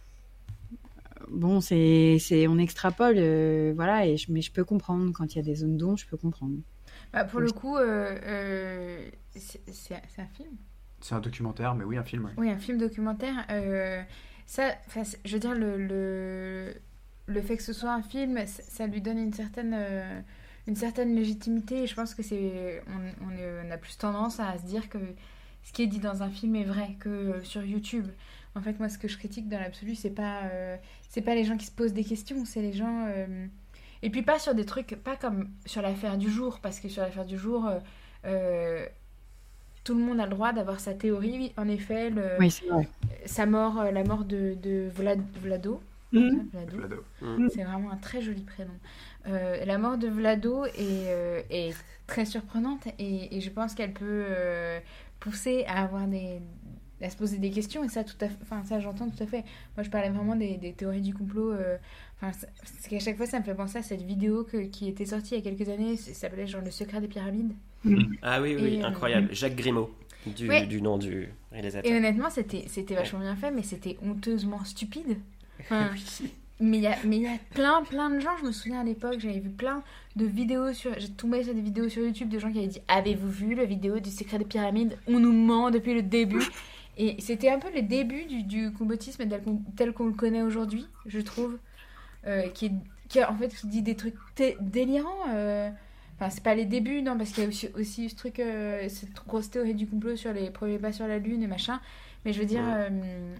Bon, c'est, c'est, on extrapole, euh, voilà, et je, mais je peux comprendre quand il y a des zones d'ombre, je peux comprendre. Bah, pour le coup, euh, euh, c'est, c'est, c'est un film. C'est un documentaire, mais oui, un film. Oui, oui un film documentaire. Euh, ça, je veux dire, le, le, le fait que ce soit un film, ça, ça lui donne une certaine, euh, une certaine légitimité. Et je pense que c'est, on, on, est, on a plus tendance à se dire que ce qui est dit dans un film est vrai que sur YouTube. En fait, moi, ce que je critique dans l'absolu, c'est pas, euh, c'est pas les gens qui se posent des questions, c'est les gens... Euh... Et puis pas sur des trucs, pas comme sur l'affaire du jour, parce que sur l'affaire du jour, euh, euh, tout le monde a le droit d'avoir sa théorie. En effet, le, oui, c'est vrai. sa mort, la mort de, de Vlad, Vlado, mmh. Vlado. Vlado. Mmh. C'est vraiment un très joli prénom. Euh, la mort de Vlado est, euh, est très surprenante et, et je pense qu'elle peut euh, pousser à avoir des... à se poser des questions, et ça, tout à fait, enfin, ça j'entends tout à fait. Moi, je parlais vraiment des, des théories du complot. Euh, enfin, c'est qu'à chaque fois, ça me fait penser à cette vidéo que, qui était sortie il y a quelques années. Ça s'appelait genre Le secret des pyramides. Ah oui, oui, et, incroyable. Euh, Jacques Grimaud, du, ouais. du nom du réalisateur. Et honnêtement, c'était, c'était vachement bien fait, mais c'était honteusement stupide. Enfin, oui. Mais il y a, mais il y a plein, plein de gens. Je me souviens à l'époque, j'avais vu plein de vidéos sur... J'ai tombé sur des vidéos sur YouTube de gens qui avaient dit « Avez-vous vu la vidéo du secret des pyramides ? On nous ment depuis le début !» Et c'était un peu les débuts du, du complotisme tel qu'on, tel qu'on le connaît aujourd'hui, je trouve, euh, qui, est, qui, en fait, qui dit des trucs t- délirants. Euh... Enfin, c'est pas les débuts, non, parce qu'il y a aussi, aussi ce truc, euh, cette grosse théorie du complot sur les premiers pas sur la Lune et machin. Mais je veux dire, ouais. euh,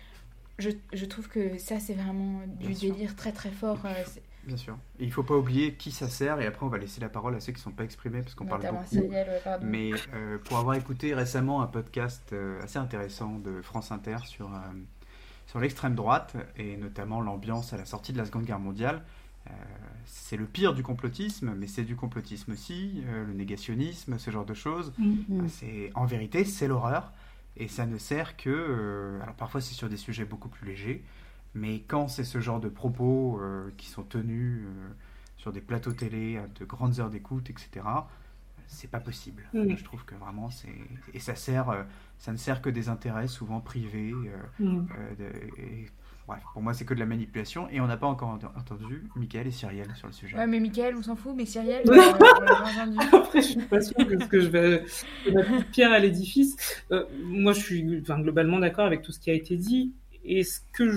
je, je trouve que ça, c'est vraiment du Bien délire sûr. très très fort. Euh, c'est... Bien sûr. Et il ne faut pas oublier qui ça sert, et après on va laisser la parole à ceux qui ne sont pas exprimés, parce qu'on Notamment parle beaucoup. Cyril, ouais, pardon. Mais euh, pour avoir écouté récemment un podcast euh, assez intéressant de France Inter sur, euh, sur l'extrême droite, et notamment l'ambiance à la sortie de la Seconde Guerre mondiale, euh, c'est le pire du complotisme, mais c'est du complotisme aussi, euh, le négationnisme, ce genre de choses. Mm. C'est, en vérité, c'est l'horreur, et ça ne sert que... euh, alors parfois c'est sur des sujets beaucoup plus légers, mais quand c'est ce genre de propos euh, qui sont tenus euh, sur des plateaux télé à de grandes heures d'écoute, et cetera, c'est pas possible. Mm. Je trouve que vraiment c'est... Et ça sert, euh, ça ne sert que des intérêts souvent privés, euh, Mm. euh, de- et bref, pour moi, c'est que de la manipulation. Et on n'a pas encore ent- entendu Mickaël et Cyrielle sur le sujet. Ouais, mais Mickaël, on s'en fout, mais Cyrielle, Ouais. euh, on l'a pas entendu. Après, je suis pas sûre que ce que je vais je vais mettre pierre à l'édifice. Euh, moi, je suis enfin, globalement d'accord avec tout ce qui a été dit. Et ce que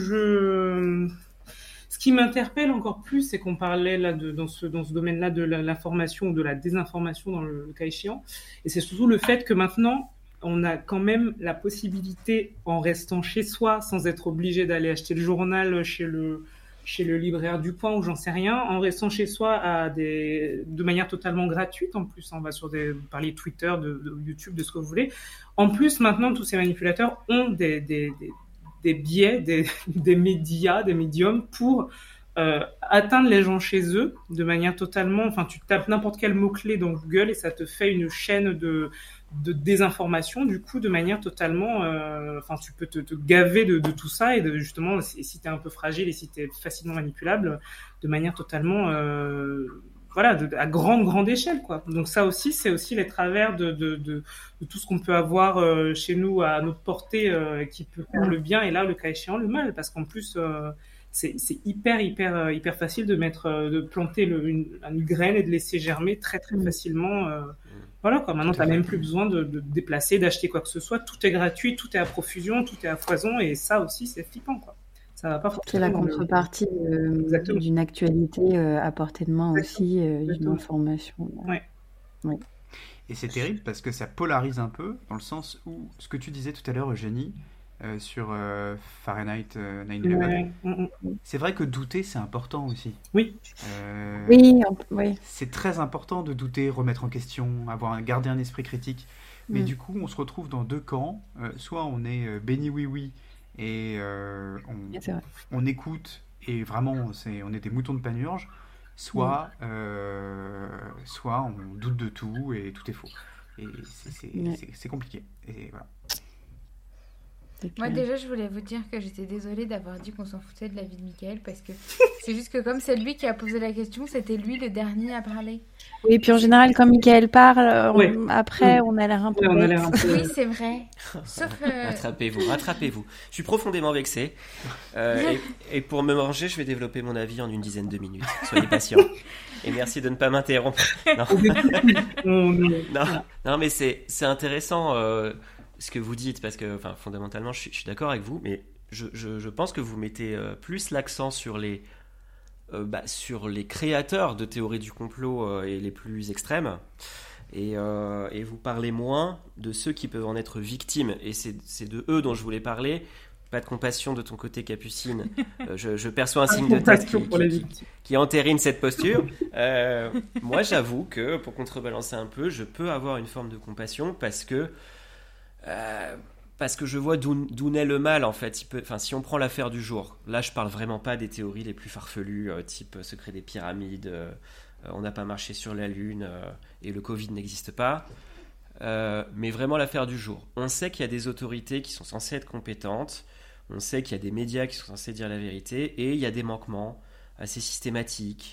je, ce qui m'interpelle encore plus, c'est qu'on parlait là de, dans ce dans ce domaine-là de la- l'information ou de la désinformation dans le, le cas échéant. Et c'est surtout le fait que maintenant, on a quand même la possibilité, en restant chez soi, sans être obligé d'aller acheter le journal chez le chez le libraire du coin ou j'en sais rien, en restant chez soi à des, de manière totalement gratuite en plus. On va sur des, vous parliez de Twitter, de, de YouTube, de ce que vous voulez. En plus, maintenant, tous ces manipulateurs ont des, des, des, des biais, des, des médias, des médiums pour euh, atteindre les gens chez eux de manière totalement... Enfin, tu tapes n'importe quel mot-clé dans Google et ça te fait une chaîne de, de désinformation, du coup, de manière totalement... euh, Enfin, tu peux te, te gaver de, de tout ça et de, justement, si, si tu es un peu fragile et si tu es facilement manipulable, de manière totalement... Euh, voilà, de, à grande, grande échelle, quoi. Donc ça aussi, c'est aussi les travers de, de, de, de tout ce qu'on peut avoir euh, chez nous à notre portée euh, qui peut faire le bien et là, le cas échéant, le mal. Parce qu'en plus... Euh, c'est, c'est hyper, hyper, euh, hyper facile de mettre, euh, de planter le, une, une graine et de laisser germer très, très Mm. facilement. Euh, voilà, quoi. Maintenant, Tout à t'as fait. même plus besoin de, de te déplacer, d'acheter quoi que ce soit. Tout est gratuit, tout est à profusion, tout est à foison, et ça aussi, c'est flippant, quoi. Ça va pas C'est forcément. la dans le- contrepartie euh, Exactement. d'une actualité euh, à portée de main Exactement. aussi, euh, d'une Exactement. information. Ouais. Et c'est terrible parce que ça polarise un peu, dans le sens où ce que tu disais tout à l'heure, Eugénie, euh, sur euh, Fahrenheit euh, neuf onze, Ouais. Mm, mm. c'est vrai que douter, c'est important aussi. Oui. Euh, Oui, en- oui. C'est très important de douter, remettre en question, avoir un, garder un esprit critique. Mais Mm. du coup, on se retrouve dans deux camps. Euh, soit on est euh, béni oui oui et euh, on, C'est vrai. on écoute et vraiment c'est, on est des moutons de panurge. Soit, euh, soit on doute de tout et tout est faux. Et c'est, c'est, Ouais. c'est, c'est compliqué. Et voilà. C'est Moi, clair. déjà, je voulais vous dire que j'étais désolée d'avoir dit qu'on s'en foutait de la vie de Mickaël parce que c'est juste que comme c'est lui qui a posé la question, c'était lui le dernier à parler. Oui, puis en général, quand Michael parle, on- Ouais. après, Mm. on a l'air un peu Ouais, on a bête. l'air un peu. Oui, c'est vrai. Sauf que... Rattrapez-vous, rattrapez-vous. Je suis profondément vexé. Euh, et, et pour me manger, je vais développer mon avis en une dizaine de minutes. Soyez patients. Et merci de ne pas m'interrompre. Non, On- non, non, mais c'est, c'est intéressant euh, ce que vous dites, parce que enfin, fondamentalement, je suis, je suis d'accord avec vous, mais je, je, je pense que vous mettez euh, plus l'accent sur les, euh, bah, sur les créateurs de théories du complot euh, et les plus extrêmes. Et, euh, et vous parlez moins de ceux qui peuvent en être victimes. Et c'est, c'est de eux dont je voulais parler. Pas de compassion de ton côté, Capucine. Euh, je, je perçois un signe de tête qui, Compassion pour les qui- victimes. qui entérine cette posture. Euh, moi, j'avoue que, pour contrebalancer un peu, je peux avoir une forme de compassion parce que, euh, parce que je vois d'où, d'où naît le mal, en fait. Il peut, enfin, si on prend l'affaire du jour, là, je parle vraiment pas des théories les plus farfelues, euh, type euh, secret des pyramides, euh, euh, on n'a pas marché sur la Lune euh, et le Covid n'existe pas. Euh, mais vraiment l'affaire du jour. On sait qu'il y a des autorités qui sont censées être compétentes, on sait qu'il y a des médias qui sont censés dire la vérité, et il y a des manquements assez systématiques.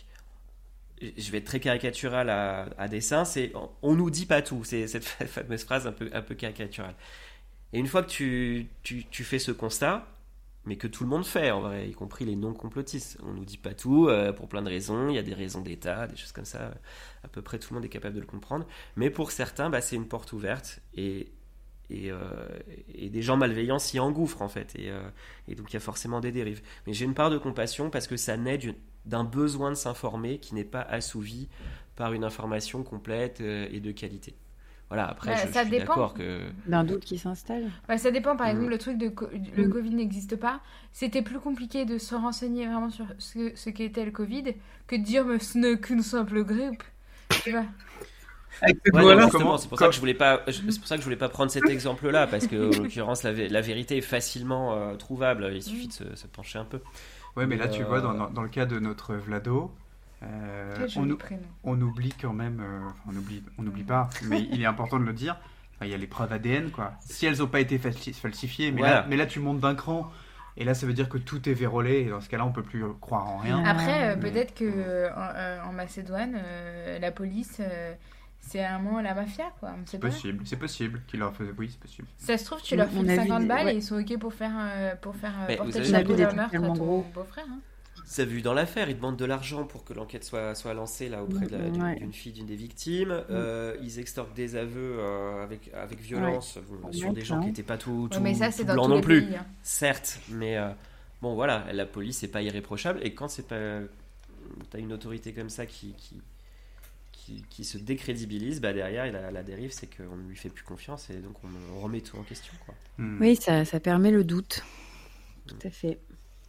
Je vais être très caricatural à, à dessein, c'est on, on nous dit pas tout, c'est cette fameuse phrase un peu, un peu caricaturale. Et une fois que tu, tu, tu fais ce constat, mais que tout le monde fait en vrai, y compris les non-complotistes, on nous dit pas tout euh, pour plein de raisons, il y a des raisons d'État, des choses comme ça, à peu près tout le monde est capable de le comprendre, mais pour certains, bah, c'est une porte ouverte, et, et, euh, et des gens malveillants s'y engouffrent en fait, et, euh, et donc il y a forcément des dérives. Mais j'ai une part de compassion parce que ça naît d'une- d'un besoin de s'informer qui n'est pas assouvi par une information complète euh, et de qualité. Voilà, après Bah, je, ça je suis dépend. d'accord que... D'un doute qui s'installe. Bah, ça dépend, par Mm. exemple, le truc de co- le Covid n'existe pas. C'était plus compliqué de se renseigner vraiment sur ce, ce qu'était le Covid que de dire mais ce n'est qu'une simple grippe. Tu vois. Avec cette Ouais, voix-là, non, justement, comment- c'est pour ça que je voulais pas, je- c'est pour ça que je voulais pas prendre cet exemple-là parce que en l'occurrence la, vé- la vérité est facilement euh, trouvable. Il suffit de se, se pencher un peu. Ouais, mais là, Mais, tu euh, vois, dans, dans- dans le cas de notre Vlado, Euh, Quel on, joli ou- prénom. on oublie quand même, euh, enfin, on oublie, on n'oublie pas, mais il est important de le dire. Enfin, il y a les preuves A D N, quoi. Si elles n'ont pas été falsi- falsifiées, mais, Voilà. là, mais là tu montes d'un cran, et là ça veut dire que tout est vérolé, et dans ce cas-là on peut plus euh, croire en rien. Ah. Après, euh, mais- peut-être que euh, en, euh, en Macédoine, euh, la police, euh, c'est vraiment la mafia, quoi. On sait C'est pas. possible, c'est possible qu'il leur faisait, oui c'est possible. Ça se trouve, tu On- leur on files a vu cinquante des- balles ouais. et ils sont ok pour faire, euh, pour faire euh, Mais porter vous le avez- chapeau On a vu d'un des meurtre trucs à tellement ton gros. beau-frère. Hein. Ça vu dans l'affaire, ils demandent de l'argent pour que l'enquête soit, soit lancée là auprès de la- d'une Ouais. d'une fille, d'une des victimes. Euh, ils extorquent des aveux euh, avec, avec violence bon, sur des gens D'accord. qui n'étaient pas tout, tout, Ouais, mais ça, tout c'est dans blancs tous non les plus. pays. Hein. Certes, mais euh, bon voilà, la police n'est pas irréprochable et quand c'est pas, t'as une autorité comme ça qui qui, qui, qui se décrédibilise, bah derrière la, la dérive c'est qu'on ne lui fait plus confiance et donc on, on remet tout en question quoi. Hmm. Oui, ça, ça permet le doute. Tout à fait.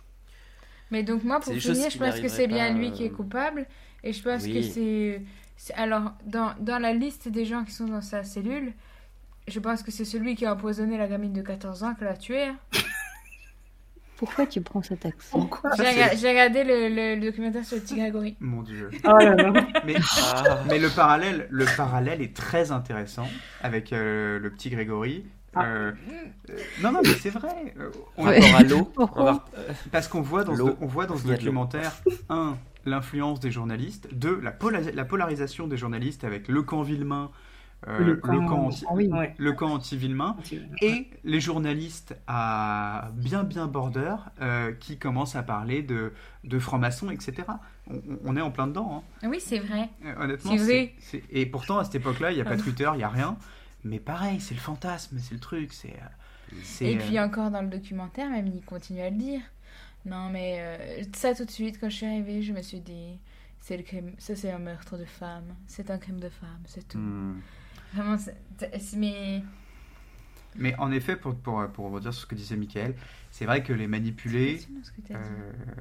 Mais donc moi, C'est pour des choses finir, qui je pense que c'est bien n'arriveraient lui pas, qui est euh, coupable. Et je pense oui. que c'est... c'est- Alors, dans, dans la liste des gens qui sont dans sa cellule, je pense que c'est celui qui a empoisonné la gamine de quatorze ans, qui l'a tuée. Hein. Pourquoi tu prends cet accent? Pourquoi J'ai Ça, rega- c'est- j'ai regardé le, le- le documentaire sur le petit Grégory. Mon dieu. Oh là là. Mais, Ah, mais le, parallèle, le parallèle est très intéressant avec euh, le petit Grégory. Euh, euh, non, non, mais c'est vrai. Euh, on- Ouais. rapport à l'eau, on Pourquoi va- euh, Parce qu'on voit dans ce, L'eau. on voit dans ce Il y a de l'eau. documentaire, un, l'influence des journalistes, deux, la, pola- la polarisation des journalistes avec le camp Villemain, euh, Le le, camp- camp anti, Ah oui. Ouais. le camp anti-Villemain, et les journalistes à bien bien border euh, qui commencent à parler de, de francs-maçons, et cetera. On, on- on est en plein dedans, hein. Oui, c'est vrai. Euh, honnêtement. C'est vrai. c'est- Et pourtant, à cette époque-là, il n'y a pas Ah. Twitter, il n'y a rien. Mais pareil, c'est le fantasme, c'est le truc, c'est... euh, c'est, Et euh, puis encore dans le documentaire, même il continue à le dire. Non, mais euh, ça tout de suite, quand je suis arrivée, je me suis dit, c'est le crime, ça c'est un meurtre de femme, c'est un crime de femme, c'est tout. hmm. Vraiment, c'est- c'est- mais Mais en effet, pour, pour, pour rebondir sur ce que disait Mickaël, c'est vrai que les manipulés, c'est fascinant ce que tu as dit.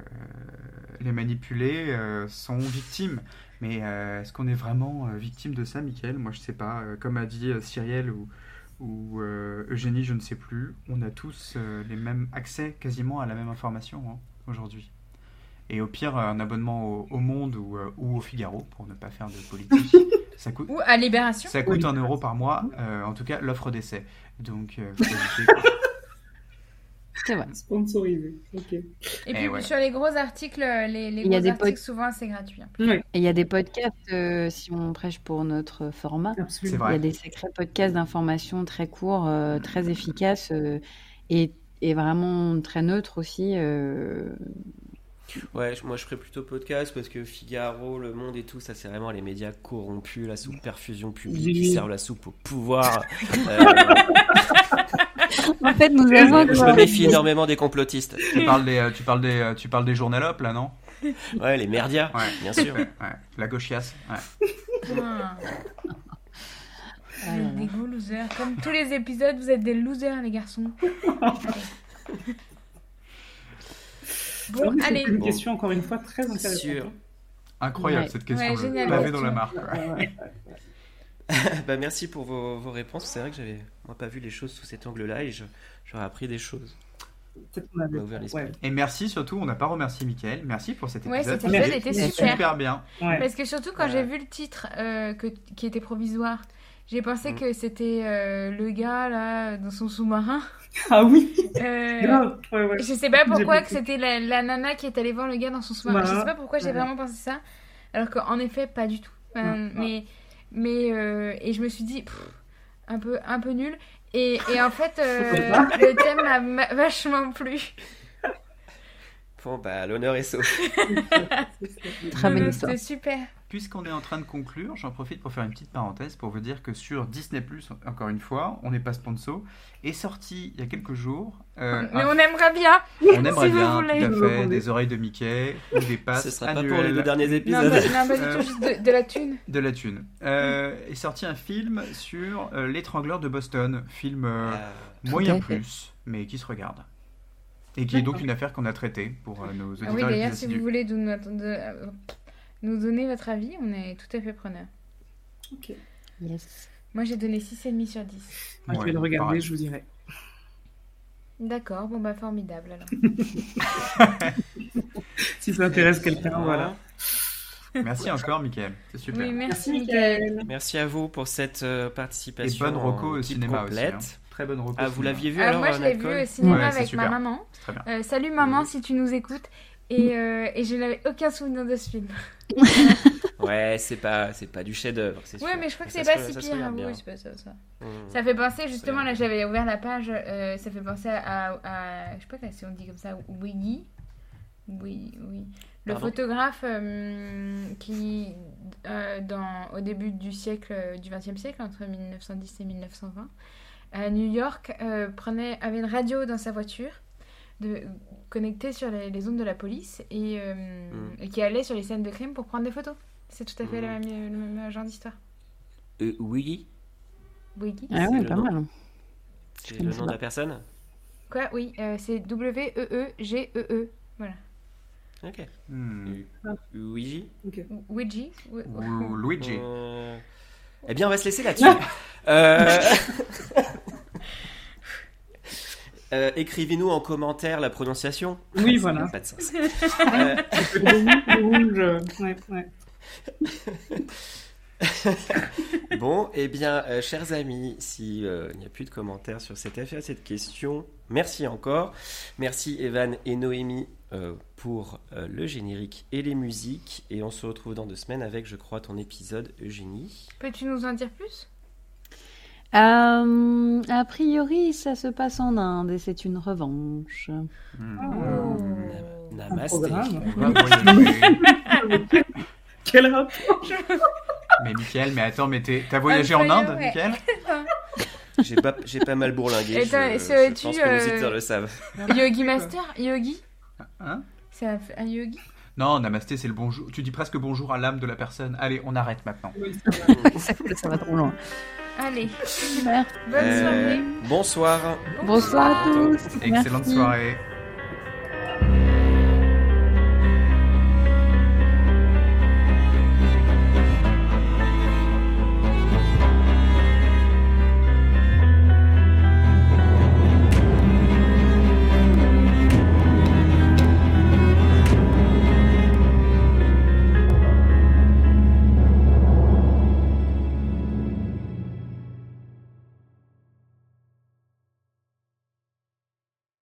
euh, les manipulés euh, sont victimes. Mais euh, est-ce qu'on est vraiment euh, victime de ça, Mickaël? Moi, je sais pas. Euh, comme a dit euh, Cyrielle ou, ou euh, Eugénie, je ne sais plus, on a tous euh, les mêmes accès quasiment à la même information hein, aujourd'hui. Et au pire, un abonnement au, au Monde ou, euh, ou au Figaro, pour ne pas faire de politique, ça coûte, Ou à Libération. ça coûte un euro par mois, euh, en tout cas l'offre d'essai. Donc, euh, faut éviter, quoi. C'est vrai. Sponsorisé. Ok. Et Eh puis ouais. sur les gros articles, les, les Il y a gros des articles, pod- souvent c'est gratuit. hein. Ouais, Et il y a des podcasts, euh, si on prêche pour notre format, C'est absolument. vrai. il y a des sacrés podcasts d'information très courts, euh, très efficaces euh, et, et vraiment très neutres aussi. euh. ouais, je- moi je ferais plutôt podcast parce que Figaro, Le Monde et tout, ça c'est vraiment les médias corrompus, la sous perfusion publique Oui. qui servent la soupe au pouvoir. Euh, En fait, nous je, avons me- je me méfie énormément des complotistes. Tu parles des, euh, tu parles des, euh, tu parles des journalopes, là, non? Ouais, les merdias, Ouais. bien sûr. Ouais, la gauchiasse. Ouais. Ah, Ah vous là êtes là. des gros losers. Comme tous les épisodes, vous êtes des losers, les garçons. Bon, C'est allez. une Bon. question encore une fois très intéressante. Sûr. Incroyable Ouais. cette question. Ouais, le génial, pavé la dans la question. mare. quoi. Ouais. Bah, merci pour vos, vos réponses. C'est vrai que j'avais moi pas vu les choses sous cet angle-là et je- j'aurais appris des choses. Peut-être qu'on avait- m'a ouvert l'esprit. Ouais. Et merci surtout, on n'a pas remercié Mickaël. Merci pour cet Ouais, épisode. cet épisode était C'était super. bien. Ouais. Parce que surtout quand Ouais. j'ai vu le titre euh, que, qui était provisoire, j'ai pensé Mm. que c'était euh, le gars là dans son sous-marin. Ah oui, Euh, grave. Ouais, ouais. je sais pas pourquoi J'ai que compris. c'était la, la nana qui est allée voir le gars dans son sous-marin. Je Sous-marin. sais pas pourquoi j'ai Ouais. vraiment pensé ça. Alors qu'en effet, pas du tout. Enfin, Mm. mais mais euh, et je me suis dit pff, un peu un peu nul. Et, et en fait, euh, le thème m'a m'a vachement plu. Bon, bah, l'honneur est sauf. Très Non, bonne non, histoire. C'était super. Puisqu'on est en train de conclure, j'en profite pour faire une petite parenthèse pour vous dire que sur Disney plus, encore une fois, on n'est pas sponsor, est sorti il y a quelques jours. euh, Mais un- on aimerait bien. on aimerait si vous bien, voulez. tout à Vous fait, voulez. des oreilles de Mickey ou des passes Ce sera pas annuelles pour les deux derniers Non, épisodes. pas, non, pas du Euh, tout, juste de, de la thune. de la thune. Euh, est sorti un film sur euh, l'étrangleur de Boston, film euh, Ah, moyen à fait. plus, mais qui se regarde. Et qui est donc une affaire qu'on a traitée pour euh, nos auditeurs Ah oui, les plus d'ailleurs, si vous assidus. voulez nous, de- euh, nous donner votre avis, on est tout à fait preneur. Ok. Yes. Moi, j'ai donné six virgule cinq sur dix. Moi, je Ouais, vais le regarder, pareil. je vous dirai. D'accord, bon bah formidable alors. Si ça intéresse quelqu'un, voilà. Merci encore, Mickaël. C'est super. Oui, merci, Merci, Mickaël. Mickaël. Merci à vous pour cette euh, Et participation. bonne reco en au équipe cinéma complète. aussi. Hein. Très bonne reco. Ah, au vous cinéma. l'aviez vu Euh, alors, moi, je l'ai vu Nalcol au cinéma Ouais, c'est avec ma super. maman. C'est très bien. Euh, salut maman, Mhm. si tu nous écoutes. Et, euh, et je n'avais aucun souvenir de ce film. Ouais, c'est pas, c'est pas du chef-d'œuvre, c'est Ouais, sûr. mais je crois que ça c'est se- pas si ça se pire. regarde Oui, bien. c'est pas ça, ça. Mhm. Ça fait penser, justement, là regarde j'avais ouvert la page, euh, ça fait penser à, à- je sais pas si on dit comme ça, Wiggy. Oui, oui. Le Pardon photographe euh, qui, euh, dans, au début du siècle, euh, du vingtième siècle, entre mille neuf cent dix et mille neuf cent vingt, à New York, euh, prenait, avait une radio dans sa voiture, de, connectée sur les, les ondes de la police, et, euh, Mm. et qui allait sur les scènes de crime pour prendre des photos. C'est tout à fait Mm. la même, le même genre d'histoire. Euh, oui, Wiggy. Ah C'est ouais, le pas nom. mal. c'est le connaissais nom de pas. la personne. Quoi? Oui, euh, c'est W E E G E E. Voilà. Ok. Hmm. Luigi. Ouija. Ou Luigi. Euh, Eh bien, on va se laisser là-dessus. Euh, euh, Écrivez-nous en commentaire la prononciation. Oui, Ça voilà. n'a pas de sens. Euh, Rouge. Ouais, ouais. Bon, eh bien, euh, chers amis, si euh, il n'y a plus de commentaires sur cette affaire, cette question, merci encore. Merci Evan et Noémie euh, pour euh, le générique et les musiques. Et on se retrouve dans deux semaines avec, je crois, ton épisode Eugénie. Peux-tu nous en dire plus? Euh, a priori, ça se passe en Inde et c'est une revanche. Hmm. Oh. Na- Un Namasté. programme. On va voyager. Quel rapport? Mais Mickaël, mais attends, mais t'es- t'as voyagé en Incroyable, Inde, ouais. Mickaël? J'ai pas, j'ai pas mal bourlingué. Et toi, je, serais-tu, je pense que nos euh, auditeurs le savent. Yogi Master? Yogi? Hein? C'est un, un yogi? Non, namasté, c'est le bonjour. Tu dis presque bonjour à l'âme de la personne. Allez, on arrête maintenant. Oui, ça va. ça, ça va trop loin. Allez, Super. bonne Euh, soirée. Bonsoir. Bonsoir à tous. Excellente Merci. soirée.